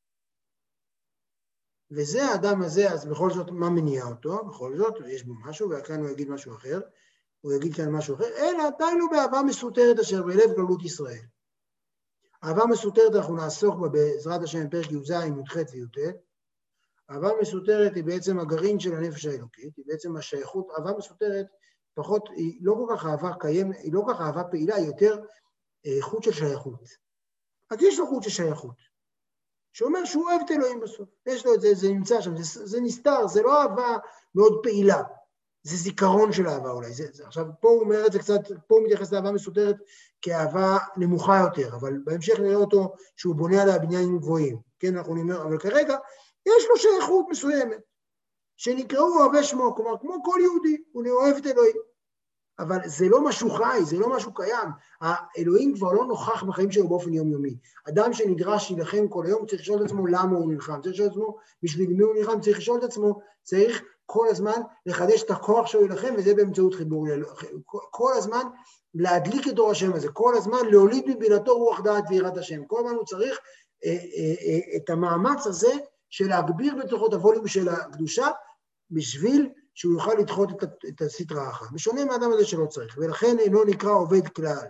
וזה האדם הזה, אז בכל זאת, מה מניע אותו? בכל זאת, יש בו משהו, וכאן הוא יגיד משהו אחר, הוא יגיד כאן משהו אחר, אלא די לו באהבה מסותרת אשר בלב גלות ישראל. אהבה מסותרת אנחנו נעסוק בה בעזרת השם פרק י"ז, י"ח וי"ט. אהבה מסותרת היא בעצם הגרעין של הנפש האלוקית, היא בעצם השייכות, אהבה מסותרת פחות, היא לא כל כך אהבה קיימת, היא לא כל כך אהבה פעילה, היא יותר אה, חוט של שייכות. אז יש לו חוט של שייכות, שאומר שהוא אוהב את אלוהים בסוף. יש לו את זה, זה נמצא שם, זה, זה נסתר, זה לא אהבה מאוד פעילה, זה זיכרון של אהבה אולי. זה, זה, עכשיו, פה הוא אומר את זה קצת, פה הוא מתייחס לאהבה מסותרת כאהבה נמוכה יותר, אבל בהמשך נראה אותו שהוא בונה עליה בניינים גבוהים. כן, אנחנו נאמר, אבל כרגע יש לו שייכות מסוימת, שנקראו אוהבי שמו, כלומר, כמו כל יהודי, הוא אוהב את אלוהים. אבל זה לא משהו חי, זה לא משהו קיים. האלוהים כבר לא נוכח בחיים שלו באופן יומיומי. אדם שנדרש להילחם כל היום, צריך לשאול את עצמו למה הוא נלחם, צריך לשאול את עצמו בשביל מי הוא נלחם, צריך לשאול את עצמו, צריך כל הזמן לחדש את הכוח שהוא ילחם, וזה באמצעות חיבור, כל הזמן להדליק את אור השם הזה, כל הזמן להוליד מבינתו רוח דעת ויראת השם. כל הזמן הוא צריך אה, אה, אה, את המאמץ הזה של להגביר בתוכו את הווליום של הקדושה, בשביל שהוא יוכל לדחות את, את הסטרה האחת. משונה מהאדם הזה שלא צריך, ולכן אינו נקרא עובד כלל.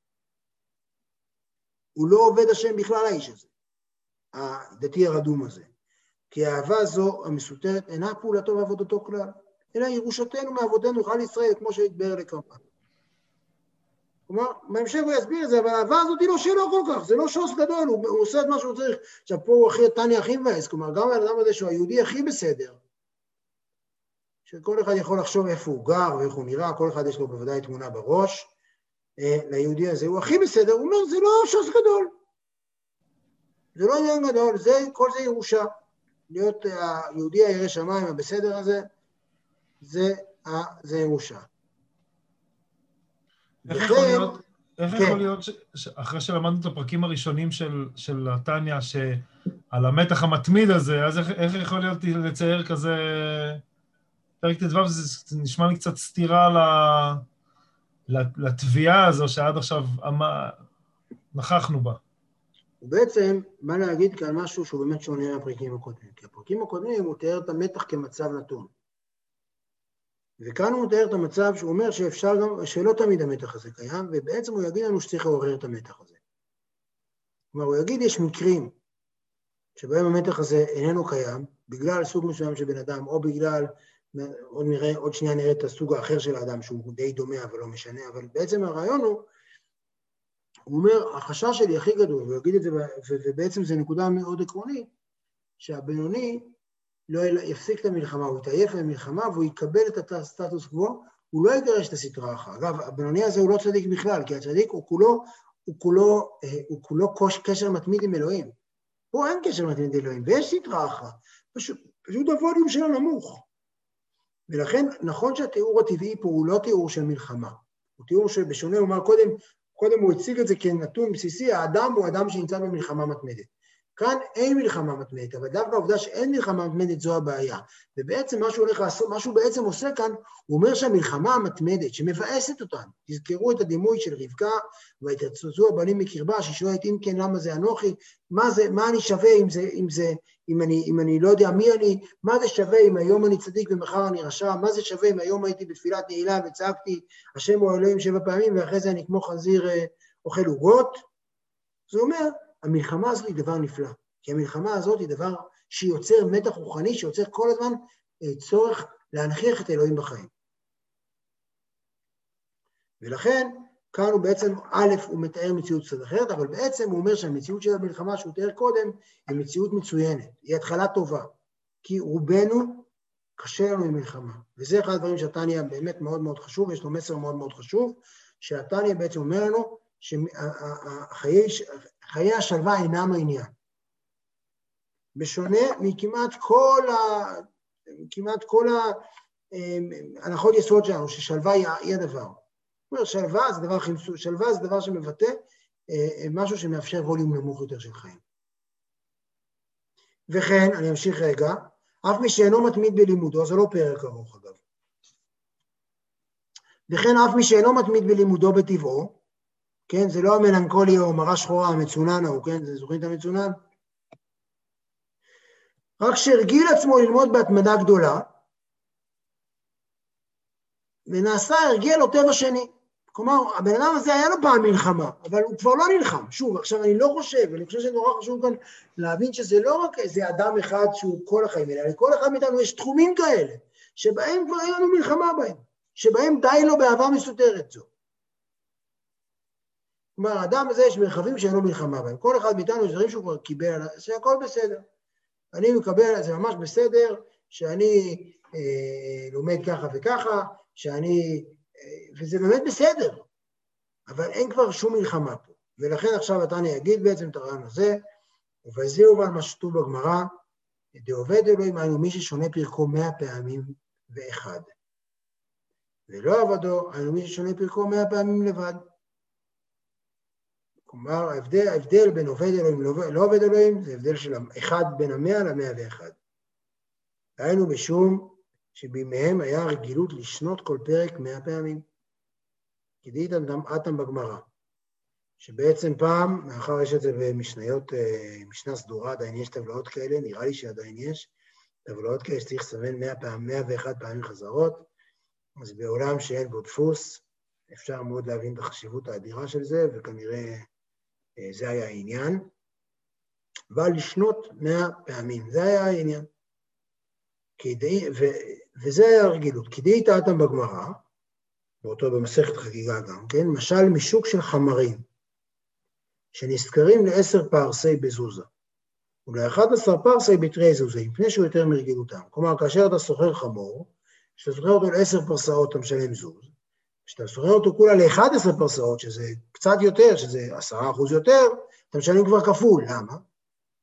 הוא לא עובד השם בכלל האיש הזה, הדתי הרדום הזה. כי האהבה הזו המסותרת אינה פעולתו ועבודתו כלל, אלא ירושתנו מעבודנו חל ישראל, כמו שהתבאר לקרמן. כלומר, בהמשך הוא יסביר את זה, אבל האהבה הזאת היא לא שלו כל כך, זה לא שוס גדול, הוא, הוא עושה את מה שהוא צריך. עכשיו פה הוא הכי, תניא הכי מבאס, כלומר, גם האדם הזה שהוא היהודי הכי בסדר, שכל אחד יכול לחשוב איפה הוא גר ואיך הוא נראה, כל אחד יש לו בוודאי תמונה בראש, ליהודי הזה הוא הכי בסדר, הוא אומר, זה לא שוס גדול. זה לא עניין גדול, זה, כל זה ירושה. להיות היהודי הירא שמיים הבסדר הזה, זה, זה ירושה. איך יכול להיות, איך יכול להיות שאחרי שלמדנו את הפרקים הראשונים של, של התניא, שעל המתח המתמיד הזה, אז איך, איך יכול להיות לצייר כזה, פרק ט"ו, זה נשמע לי קצת סתירה לתביעה הזו שעד עכשיו נכחנו בה. ובעצם, מה להגיד כאן משהו שהוא באמת שונה מהפרקים הקודמים, כי הפרקים הקודמים הוא תיאר את המתח כמצב נתון. וכאן הוא מתאר את המצב שהוא אומר שאפשר גם, שלא תמיד המתח הזה קיים, ובעצם הוא יגיד לנו שצריך לעורר את המתח הזה. כלומר, הוא יגיד יש מקרים שבהם המתח הזה איננו קיים, בגלל סוג מסוים של בן אדם, או בגלל, עוד, נראה, עוד שנייה נראה את הסוג האחר של האדם, שהוא די דומה אבל לא משנה, אבל בעצם הרעיון הוא, הוא אומר, החשש שלי הכי גדול, הוא יגיד את זה, ובעצם זו נקודה מאוד עקרונית, שהבינוני, לא יפסיק את המלחמה, הוא יתעייף למלחמה, והוא יקבל את הסטטוס קוו, הוא לא יגרש את הסטרה אחר. אגב, הבינוני הזה הוא לא צדיק בכלל, כי הצדיק הוא כולו, הוא כולו, הוא כולו קשר מתמיד עם אלוהים. פה אין קשר מתמיד עם אלוהים, ויש סטרה אחר. פשוט, פשוט הווליום שלו נמוך. ולכן, נכון שהתיאור הטבעי פה הוא לא תיאור של מלחמה. הוא תיאור שבשונה, הוא אמר קודם, קודם הוא הציג את זה כנתון בסיסי, האדם הוא אדם שנמצא במלחמה מתמדת. כאן אין מלחמה מתמדת, אבל דווקא העובדה שאין מלחמה מתמדת זו הבעיה. ובעצם מה שהוא הולך לעשות, מה שהוא בעצם עושה כאן, הוא אומר שהמלחמה המתמדת, שמבאסת אותנו, תזכרו את הדימוי של רבקה, והתרצצו הבנים מקרבה, ששואלת אם כן למה זה אנוכי, מה זה, מה אני שווה אם זה, אם זה, אם אני, אם אני לא יודע מי אני, מה זה שווה אם היום אני צדיק ומחר אני רשע, מה זה שווה אם היום הייתי בתפילת נעילה וצעקתי, השם הוא אלוהים שבע פעמים, ואחרי זה אני כמו חזיר אוכל עוגות. זה אומר, המלחמה הזאת היא דבר נפלא, כי המלחמה הזאת היא דבר שיוצר מתח רוחני, שיוצר כל הזמן צורך להנכיח את אלוהים בחיים. ולכן, כאן הוא בעצם, א', הוא מתאר מציאות קצת אחרת, אבל בעצם הוא אומר שהמציאות של המלחמה שהוא תיאר קודם, היא מציאות מצוינת, היא התחלה טובה, כי רובנו קשה לנו עם מלחמה, וזה אחד הדברים שהתניא באמת מאוד מאוד חשוב, יש לו מסר מאוד מאוד חשוב, שהתניא בעצם אומר לנו, שחיי השלווה אינם העניין. בשונה מכמעט כל ה... כמעט כל ההנחות יסוד שלנו, ששלווה היא הדבר. זאת אומרת, שלווה זה דבר, שלווה זה דבר שמבטא משהו שמאפשר ווליום נמוך יותר של חיים. וכן, אני אמשיך רגע, אף מי שאינו מתמיד בלימודו, זה לא פרק ארוך אגב. וכן, אף מי שאינו מתמיד בלימודו בטבעו, כן, זה לא המלנכוליה או מראה שחורה, המצונן ההוא, כן, זה זוכרים את המצונן? רק שהרגיל עצמו ללמוד בהתמדה גדולה, ונעשה הרגיל לו טבע שני. כלומר, הבן אדם הזה היה לו פעם מלחמה, אבל הוא כבר לא נלחם. שוב, עכשיו אני לא חושב, אני חושב שנורא חשוב כאן להבין שזה לא רק איזה אדם אחד שהוא כל החיים, אלא לכל אחד מאיתנו יש תחומים כאלה, שבהם כבר אין לנו מלחמה בהם, שבהם די לו באהבה מסותרת זו. כלומר, האדם הזה יש מרחבים שאין לו מלחמה בהם. כל אחד מאיתנו יש דברים שהוא כבר קיבל עליו, שהכל בסדר. אני מקבל, זה ממש בסדר, שאני אה, לומד ככה וככה, שאני, אה, וזה באמת בסדר, אבל אין כבר שום מלחמה פה. ולכן עכשיו התניא יגיד בעצם את הרעיון הזה, ובזהו על מה שכתוב בגמרא, דעובד אלוהים היינו מי ששונה פרקו מאה פעמים ואחד. ולא עבדו, היינו מי ששונה פרקו מאה פעמים לבד. כלומר, ההבדל, ההבדל בין עובד אלוהים לא עובד אלוהים, זה הבדל של אחד בין המאה למאה ואחד. היינו משום שבימיהם היה רגילות לשנות כל פרק מאה פעמים. כדאית אתם בגמרא, שבעצם פעם, מאחר יש את זה במשניות, משנה סדורה, עדיין יש טבלאות כאלה, נראה לי שעדיין יש, טבלאות כאלה שצריך לסמן מאה פעם, מאה ואחת פעמים חזרות, אז בעולם שאין בו דפוס, אפשר מאוד להבין את החשיבות האדירה של זה, וכנראה זה היה העניין. אבל לשנות מאה פעמים, זה היה העניין. כדי, ו, וזה היה הרגילות. כדאית אתם בגמרא, ואותו במסכת חגיגה גם, כן? משל משוק של חמרים, שנזכרים לעשר פרסי בזוזה, ול-אחד עשר פרסי בתרי זוזה, מפני שהוא יותר מרגילותם. כלומר, כאשר אתה סוחר חמור, כשאתה סוחר אותו לעשר פרסאות, אתה משלם זוז, כשאתה סוחר אותו כולה ל-אחד עשר פרסאות, שזה קצת יותר, שזה עשרה אחוז יותר, אתה משלם כבר כפול. למה?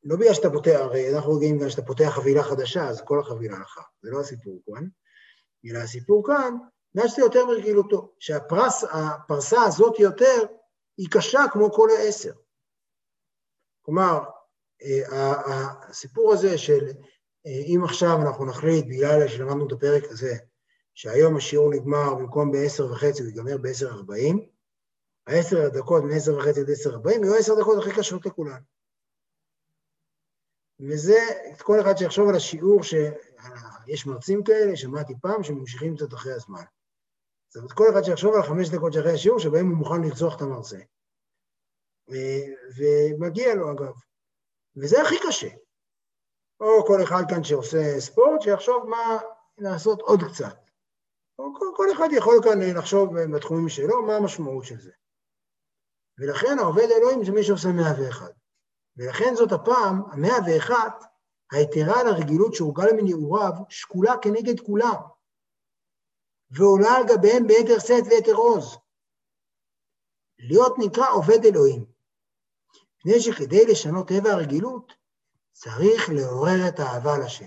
לא בגלל שאתה פותח, הרי אנחנו רגעים גם שאתה פותח חבילה חדשה, אז כל החבילה הלכה, זה לא הסיפור כאן, אלא הסיפור כאן, מה שאתה יותר מרגילותו, שהפרסה הזאת יותר, היא קשה כמו כל העשר. כלומר, הסיפור הזה של, אם עכשיו אנחנו נחליט, בגלל שלמדנו את הפרק הזה, שהיום השיעור נגמר במקום ב-עשר וחצי, הוא ייגמר ב-עשר ארבעים, ה-עשר דקות מ עשר וחצי עד עשר ארבעים, יהיו עשר דקות הכי קשות לכולן. וזה, כל אחד שיחשוב על השיעור, שיש מרצים כאלה, שמעתי פעם, שממשיכים קצת אחרי הזמן. זאת אומרת, כל אחד שיחשוב על חמש דקות שאחרי השיעור, שבהם הוא מוכן לרצוח את המרצה. ומגיע לו, אגב. וזה הכי קשה. או כל אחד כאן שעושה ספורט, שיחשוב מה לעשות עוד קצת. או כל, כל אחד יכול כאן לחשוב בתחומים שלו, מה המשמעות של זה. ולכן העובד אלוהים זה מי שעושה מאה ואחת. ולכן זאת הפעם, המאה ואחת, היתרה לרגילות שהורגל מנעוריו, שקולה כנגד כולם. ועולה על גביהם ביתר שאת ויתר עוז. להיות נקרא עובד אלוהים. מפני שכדי לשנות טבע הרגילות, צריך לעורר את האהבה לשם.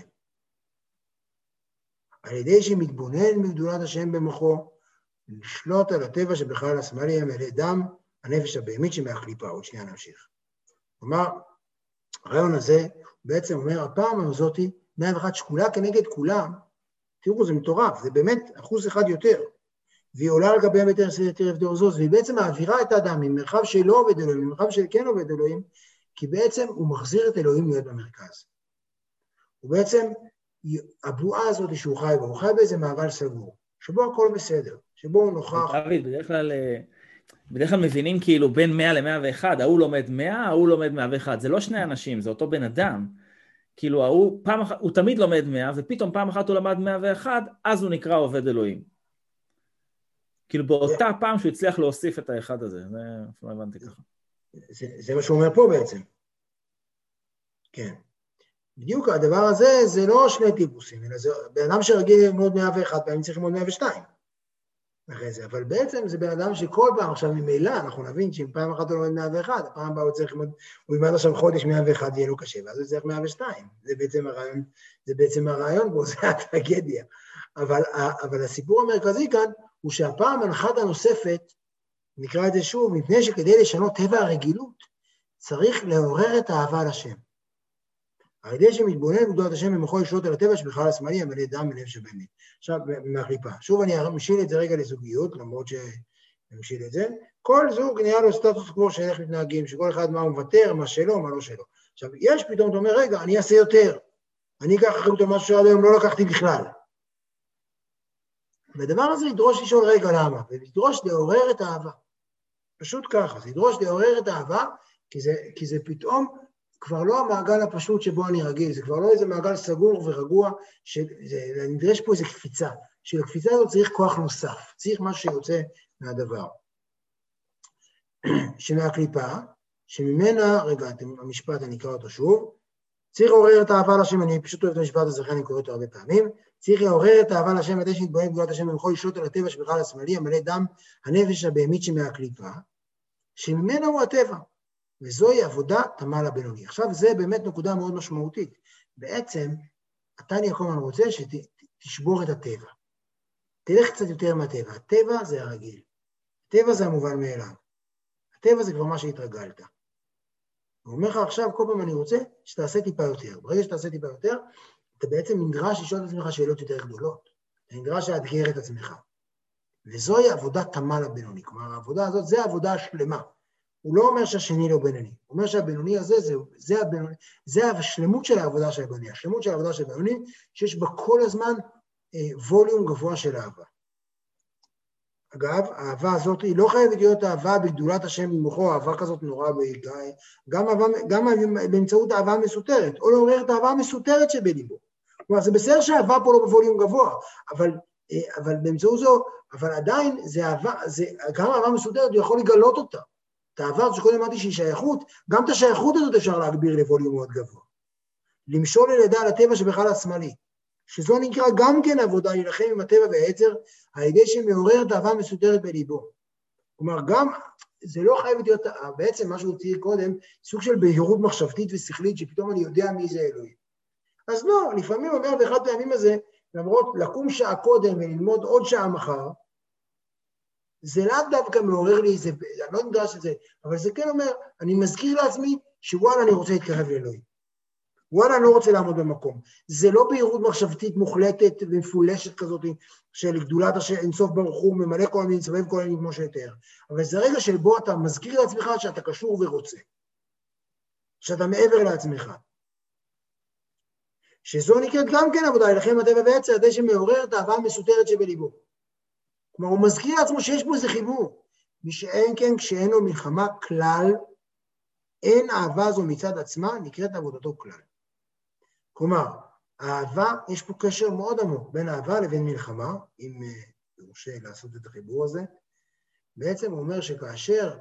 על ידי שמתבונן מגדולת השם במוחו, לשלוט על הטבע שבכלל השמאלי המלא דם, הנפש הבהמית שמהקליפה. עוד שנייה נמשיך. כלומר, הרעיון הזה בעצם אומר, הפעם הזאת, מאה ואחת שקולה כנגד כולם, תראו, זה מטורף, זה באמת אחוז אחד יותר. והיא עולה על גבי המטר סדר ודורזוז, והיא בעצם מעבירה את האדם ממרחב שלא עובד אלוהים, ממרחב שכן עובד אלוהים, כי בעצם הוא מחזיר את אלוהים להיות במרכז. ובעצם, הבועה הזאת שהוא חי בו, הוא חי באיזה מעגל סגור, שבו הכל בסדר, שבו הוא נוכח. דוד, בדרך כלל, בדרך כלל מבינים כאילו בין מאה ל-מאה ואחת, ההוא לומד מאה, ההוא לומד מאה ואחת, זה לא שני אנשים, זה אותו בן אדם. כאילו, ההוא, פעם אחת, הוא תמיד לומד מאה, ופתאום פעם אחת הוא למד מאה ואחת, אז הוא נקרא עובד אלוהים. כאילו, באותה פעם שהוא הצליח להוסיף את האחד הזה, זה לא הבנתי ככה. זה, זה מה שהוא אומר פה בעצם. כן. בדיוק הדבר הזה, זה לא שני טיפוסים, אלא זה בן אדם שרגיל ללמוד מאה ואחת, פעמים צריך ללמוד מאה ושתיים. אחרי זה, אבל בעצם זה בן אדם שכל פעם, עכשיו ממילא, אנחנו נבין שאם פעם אחת הוא לומד מאה ואחת, הפעם הבאה הוא צריך ללמוד, הוא ילמד עכשיו חודש מאה ואחת, יהיה לו קשה, ואז הוא צריך מאה ושתיים. זה בעצם הרעיון, זה בעצם הרעיון בו, זה הטרגדיה. אבל, אבל הסיפור המרכזי כאן, הוא שהפעם הנחת הנוספת, נקרא את זה שוב, מפני שכדי לשנות טבע הרגילות, צריך לעורר את האהבה לשם. על ידי שמתבונן מגדולת השם במוחו לשלוט על הטבע שבכלל השמאלי המלא דם בלב שבאמת. עכשיו, מהקליפה. שוב אני משיל את זה רגע לזוגיות, למרות שמשיל את זה. כל זוג נהיה לו סטטוס קוו של איך מתנהגים, שכל אחד מה הוא מוותר, מה שלו, מה לא שלו. עכשיו, יש פתאום, אתה אומר, רגע, אני אעשה יותר. אני אקח אחריות על משהו שעד היום לא לקחתי בכלל. והדבר הזה לדרוש לשאול רגע למה, ולדרוש לעורר את האהבה. פשוט ככה, זה לדרוש לעורר את האהבה, כי זה, כי זה פתאום כבר לא המעגל הפשוט שבו אני רגיל, זה כבר לא איזה מעגל סגור ורגוע, שנדרש פה איזו קפיצה, שלקפיצה הזאת צריך כוח נוסף, צריך משהו שיוצא מהדבר. שמהקליפה, שממנה, רגע, המשפט אני אקרא אותו שוב, צריך לעורר את האהבה לשם, אני פשוט אוהב את המשפט הזה, אני קורא אותו הרבה פעמים, צריך לעורר את האהבה לשם, עד שנתבונן בגדולת השם במוחו לשלוט על הטבע שבכלל השמאלי, המלא דם, הנפש הבהמית שמהקליפה, שממנה הוא הטבע. וזוהי עבודה תמל הבינוני. עכשיו, זה באמת נקודה מאוד משמעותית. בעצם, התניא כל הזמן רוצה שתשבור את הטבע. תלך קצת יותר מהטבע. הטבע זה הרגיל. הטבע זה המובן מאליו. הטבע זה כבר מה שהתרגלת. הוא אומר לך עכשיו, כל פעם אני רוצה שתעשה טיפה יותר. ברגע שתעשה טיפה יותר, אתה בעצם נדרש לשאול את עצמך שאלות יותר גדולות. אתה נדרש לאתגר את עצמך. וזוהי עבודה תמל הבינוני. כלומר, העבודה הזאת זה העבודה השלמה. הוא לא אומר שהשני לא בינוני, הוא אומר שהבינוני הזה, זה, זה, הבינוני, זה השלמות של העבודה של הבינוני, השלמות של העבודה של הבינוני, שיש בה כל הזמן אה, ווליום גבוה של אהבה. אגב, האהבה הזאת היא לא חייבת להיות אהבה בגדולת השם ממוחו, אהבה כזאת נורא בעיקר, גם, גם באמצעות אהבה מסותרת, או לעורר את האהבה המסותרת שבליבו. כלומר, זה בסדר שהאהבה פה לא בווליום גבוה, אבל, אה, אבל באמצעות זו, אבל עדיין זה אהבה, זה, גם אהבה מסותרת, הוא יכול לגלות אותה. את האהבה הזאת שקודם אמרתי שהיא שייכות, גם את השייכות הזאת אפשר להגביר לווליום מאוד גבוה. למשול לידה על הטבע שבכלל השמאלי, שזו נקרא גם כן עבודה להילחם עם הטבע והיצר, על ידי שמעורר את האהבה המסותרת בליבו. כלומר, גם זה לא חייב להיות, בעצם מה שהוא צייר קודם, סוג של בהירות מחשבתית ושכלית, שפתאום אני יודע מי זה אלוהים. אז לא, לפעמים אומר באחד פעמים הזה, למרות לקום שעה קודם וללמוד עוד שעה מחר, זה לאו דווקא מעורר לי, זה, אני לא נדרש את זה, אבל זה כן אומר, אני מזכיר לעצמי שוואלה אני רוצה להתקרב לאלוהים. וואלה אני לא רוצה לעמוד במקום. זה לא בהירות מחשבתית מוחלטת ומפולשת כזאת, של גדולת השם אינסוף ברוך הוא, ממלא כל המינים, סבב כל המינים כמו שיתאר. אבל זה רגע שבו אתה מזכיר לעצמך שאתה קשור ורוצה. שאתה מעבר לעצמך. שזו נקראת גם כן עבודה, לכם הטבע ועצר, עדי שמעורר את האהבה המסותרת שבליבו. כלומר, הוא מזכיר לעצמו שיש בו איזה חיבור. מי שאין כן, כשאין לו מלחמה כלל, אין אהבה זו מצד עצמה, נקראת עבודתו כלל. כלומר, האהבה, יש פה קשר מאוד עמוק בין אהבה לבין מלחמה, אם יורשה לעשות את החיבור הזה. בעצם הוא אומר שכאשר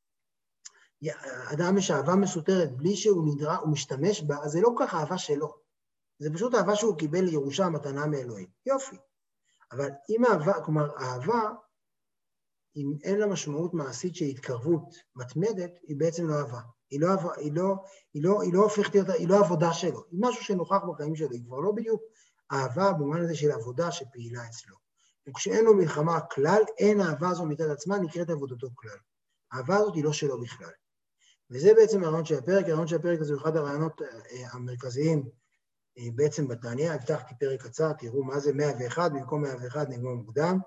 אדם יש אהבה מסותרת בלי שהוא נדרה, הוא משתמש בה, אז זה לא כך אהבה שלו. זה פשוט אהבה שהוא קיבל ירושה מתנה מאלוהים. יופי. אבל אם אהבה, כלומר, אהבה, אם אין לה משמעות מעשית של התקרבות מתמדת, היא בעצם לא אהבה. היא לא, היא לא, היא לא, היא לא הופכת להיות, היא לא עבודה שלו. היא משהו שנוכח בחיים שלו, היא כבר לא בדיוק אהבה במובן הזה של עבודה שפעילה אצלו. וכשאין לו מלחמה כלל, אין האהבה הזו מצד עצמה, נקראת עבודתו כלל. האהבה הזאת היא לא שלו בכלל. וזה בעצם הרעיון של הפרק, הרעיון של הפרק הזה הוא אחד הרעיונות המרכזיים בעצם בתניא. הבטחתי פרק קצר, תראו מה זה מאה ואחת, במקום מאה ואחת נגמור מוקדם.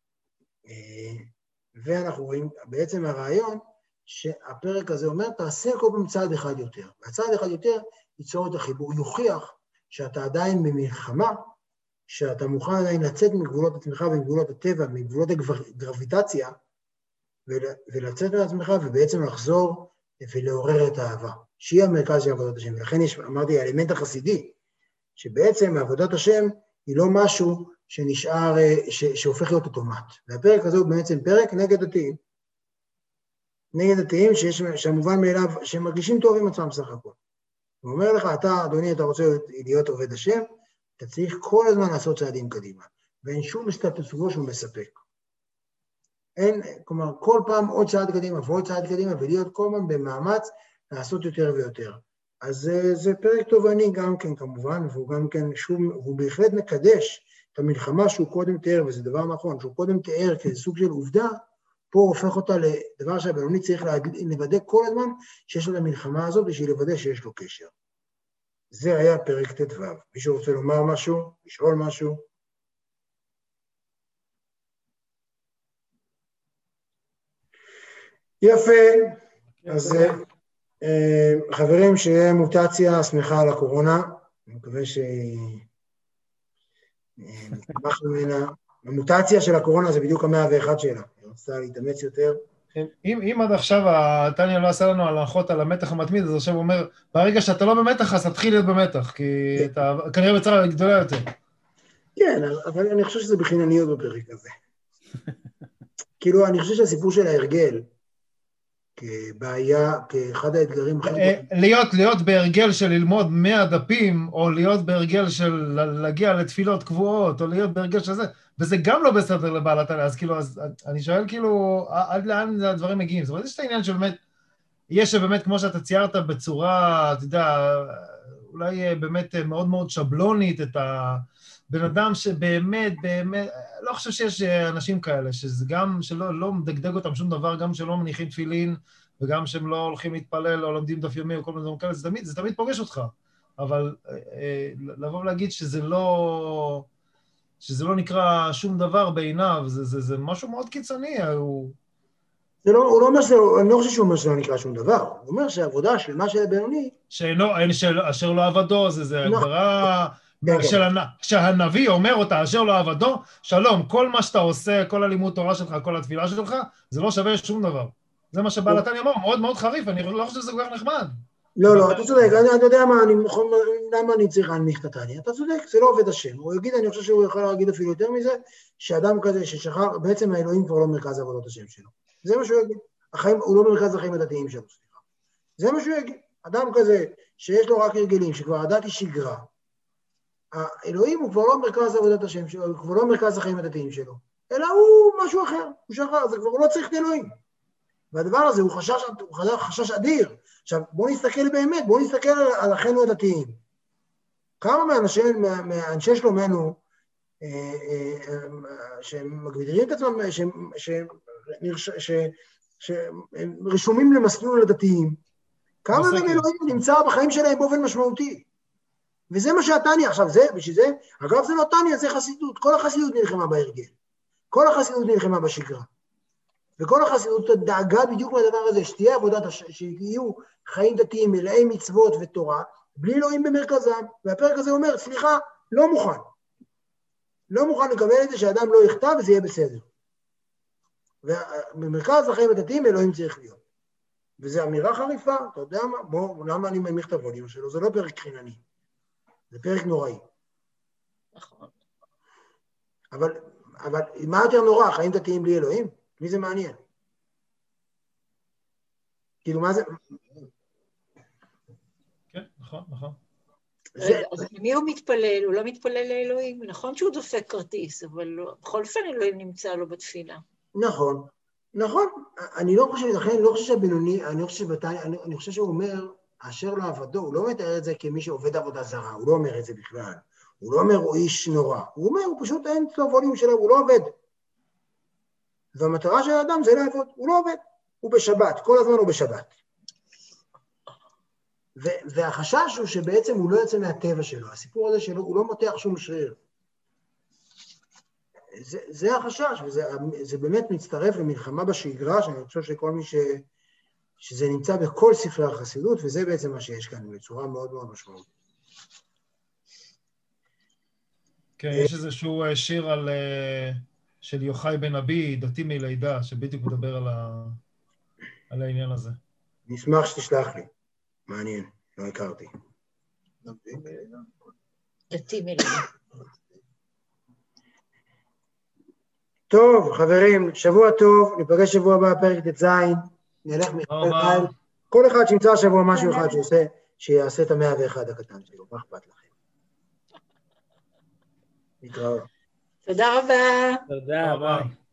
ואנחנו רואים בעצם הרעיון, שהפרק הזה אומר, תעשה כל פעם צעד אחד יותר. והצעד אחד יותר ייצור את החיבור, יוכיח שאתה עדיין במלחמה, שאתה מוכן עדיין לצאת מגבולות עצמך ומגבולות הטבע, מגבולות הגרביטציה, ולצאת מעצמך ובעצם לחזור ולעורר את האהבה, שהיא המרכז של עבודת השם. ולכן יש, אמרתי, האלמנט החסידי, שבעצם עבודת השם היא לא משהו שנשאר, ש, שהופך להיות אוטומט. והפרק הזה הוא בעצם פרק נגד דתיים. נגד דתיים שיש, שהמובן מאליו, שהם מרגישים טוב עם עצמם סך הכל. הוא אומר לך, אתה, אדוני, אתה רוצה להיות עובד השם, אתה צריך כל הזמן לעשות צעדים קדימה, ואין שום סטטוס קוו שהוא מספק. אין, כלומר, כל פעם עוד צעד קדימה ועוד צעד קדימה, ולהיות כל פעם במאמץ לעשות יותר ויותר. אז זה, זה פרק תובעני גם כן כמובן, והוא גם כן, שום, הוא בהחלט מקדש את המלחמה שהוא קודם תיאר, וזה דבר נכון, שהוא קודם תיאר כסוג של עובדה, פה הוא הופך אותה לדבר שהבינוני צריך לוודא כל הזמן שיש לו את המלחמה הזאת, בשביל לוודא שיש לו קשר. זה היה פרק ט"ו. מישהו רוצה לומר משהו? לשאול משהו? יפה. אז חברים, שיהיה מוטציה שמחה על הקורונה. אני מקווה שהיא נתמך ממנה. המוטציה של הקורונה זה בדיוק המאה ואחת שלה. היא רצתה להתאמץ יותר. אם, אם עד עכשיו תניא לא עשה לנו הנחות על המתח המתמיד, אז עכשיו הוא אומר, ברגע שאתה לא במתח, אז תתחיל להיות במתח, כי אתה כנראה בצרה גדולה יותר. כן, אבל אני חושב שזה בחינניות בפרק הזה. כאילו, אני חושב שהסיפור של ההרגל, כבעיה, כאחד האתגרים הכי גדולים. להיות, להיות בהרגל של ללמוד מאה דפים, או להיות בהרגל של להגיע לתפילות קבועות, או להיות בהרגל של זה, וזה גם לא בסדר לבעלת עליה, אז כאילו, אז אני שואל כאילו, עד לאן הדברים מגיעים? זאת אומרת, יש את העניין שבאמת, יש שבאמת, כמו שאתה ציירת בצורה, אתה יודע, אולי באמת מאוד מאוד שבלונית, את הבן אדם שבאמת, באמת, לא חושב שיש אנשים כאלה, שזה גם שלא לא מדגדג אותם שום דבר, גם שלא מניחים תפילין, וגם שהם לא הולכים להתפלל, או לומדים דף יומי, או כל מיני דברים כאלה, זה תמיד, זה תמיד פוגש אותך. אבל לבוא ולהגיד שזה לא... שזה לא נקרא שום דבר בעיניו, זה, זה, זה משהו מאוד קיצוני, הוא... זה לא, הוא לא אומר שזה, אני לא חושב שהוא אומר שזה לא נקרא שום דבר, הוא אומר שהעבודה של מה של בינוני... שאינו, אין, של, אשר לא עבדו, זה, זה הגברה... של, כשהנביא אומר אותה, אשר לא עבדו, שלום, כל מה שאתה עושה, כל הלימוד תורה שלך, כל התפילה שלך, זה לא שווה שום דבר. זה מה שבעל התניא אמר, מאוד מאוד חריף, אני לא חושב שזה כל כך נחמד. לא, לא, אתה צודק, אני יודע מה, למה אני צריך להנמיך את התניא, אתה צודק, זה לא עובד השם, הוא יגיד, אני חושב שהוא יכול להגיד אפילו יותר מזה, שאדם כזה ששכר, בעצם האלוהים כבר לא מרכז עבודת השם שלו, זה מה שהוא יגיד, החיים, הוא לא מרכז החיים הדתיים שלו, סליחה, זה מה שהוא יגיד, אדם כזה שיש לו רק הרגלים, שכבר הדת היא שגרה, האלוהים הוא כבר לא מרכז עבודת השם שלו, הוא כבר לא מרכז החיים הדתיים שלו, אלא הוא משהו אחר, הוא שכר, זה כבר לא צריך את אלוהים, והדבר הזה הוא חשש, הוא חשש אדיר. עכשיו, בואו נסתכל באמת, בואו נסתכל על, על אחינו הדתיים. כמה מהאנשים, מה, מהאנשי שלומנו, אה, אה, שמגדירים את עצמם, שרשומים למסלול הדתיים, כמה מהם אלוהים נמצא בחיים שלהם באופן משמעותי. וזה מה שהתניא, עכשיו זה, בשביל זה, אגב זה לא תניא, זה חסידות, כל החסידות נלחמה בהרגל, כל החסידות נלחמה בשגרה, וכל החסידות דאגה בדיוק מהדבר הזה, שתהיה עבודת, שיהיו חיים דתיים מלאי מצוות ותורה, בלי אלוהים במרכזם, והפרק הזה אומר, סליחה, לא מוכן, לא מוכן לקבל את זה שאדם לא יכתב וזה יהיה בסדר. ובמרכז החיים הדתיים אלוהים צריך להיות. וזו אמירה חריפה, אתה יודע מה? בוא, למה אני ממיך את הווליום שלו? זה לא פרק חינני, זה פרק נוראי. נכון. אבל, אבל מה יותר נורא, חיים דתיים בלי אלוהים? מי זה מעניין? כאילו מה זה? כן, נכון, נכון. רגע, אז למי הוא מתפלל? הוא לא מתפלל לאלוהים. נכון שהוא דופק כרטיס, אבל בכל אופן אלוהים נמצא לו בתפילה. נכון, נכון. אני לא חושב, לכן אני לא חושב שהבינוני, אני חושב שבתניא, אני, אני חושב שהוא אומר, אשר לעבדו, הוא לא מתאר את זה כמי שעובד עבודה זרה, הוא לא אומר את זה בכלל. הוא לא אומר, הוא איש נורא. הוא אומר, הוא פשוט אין לו ווליום שלו, הוא לא עובד. והמטרה של האדם זה לעבוד, הוא לא עובד. הוא בשבת, כל הזמן הוא בשבת. והחשש הוא שבעצם הוא לא יוצא מהטבע שלו, הסיפור הזה שלו, הוא לא מותח שום שריר. זה, זה החשש, וזה זה באמת מצטרף למלחמה בשגרה, שאני חושב שכל מי ש, שזה נמצא בכל ספרי החסידות, וזה בעצם מה שיש כאן, בצורה מאוד מאוד משמעותית. כן, יש איזשהו שיר על, של יוחאי בן אבי, דתי מלידה, שבדיוק מדבר על, ה, על העניין הזה. נשמח שתשלח לי. מעניין, לא הכרתי. דתי מלידה. טוב, חברים, שבוע טוב, ניפגש שבוע הבא, פרק ט"ז, נלך מחר. כל אחד שימצא השבוע משהו אחד שעושה, שיעשה את המאה ואחד הקטן שלו, מה אכפת לכם? נתראות. תודה רבה. תודה רבה.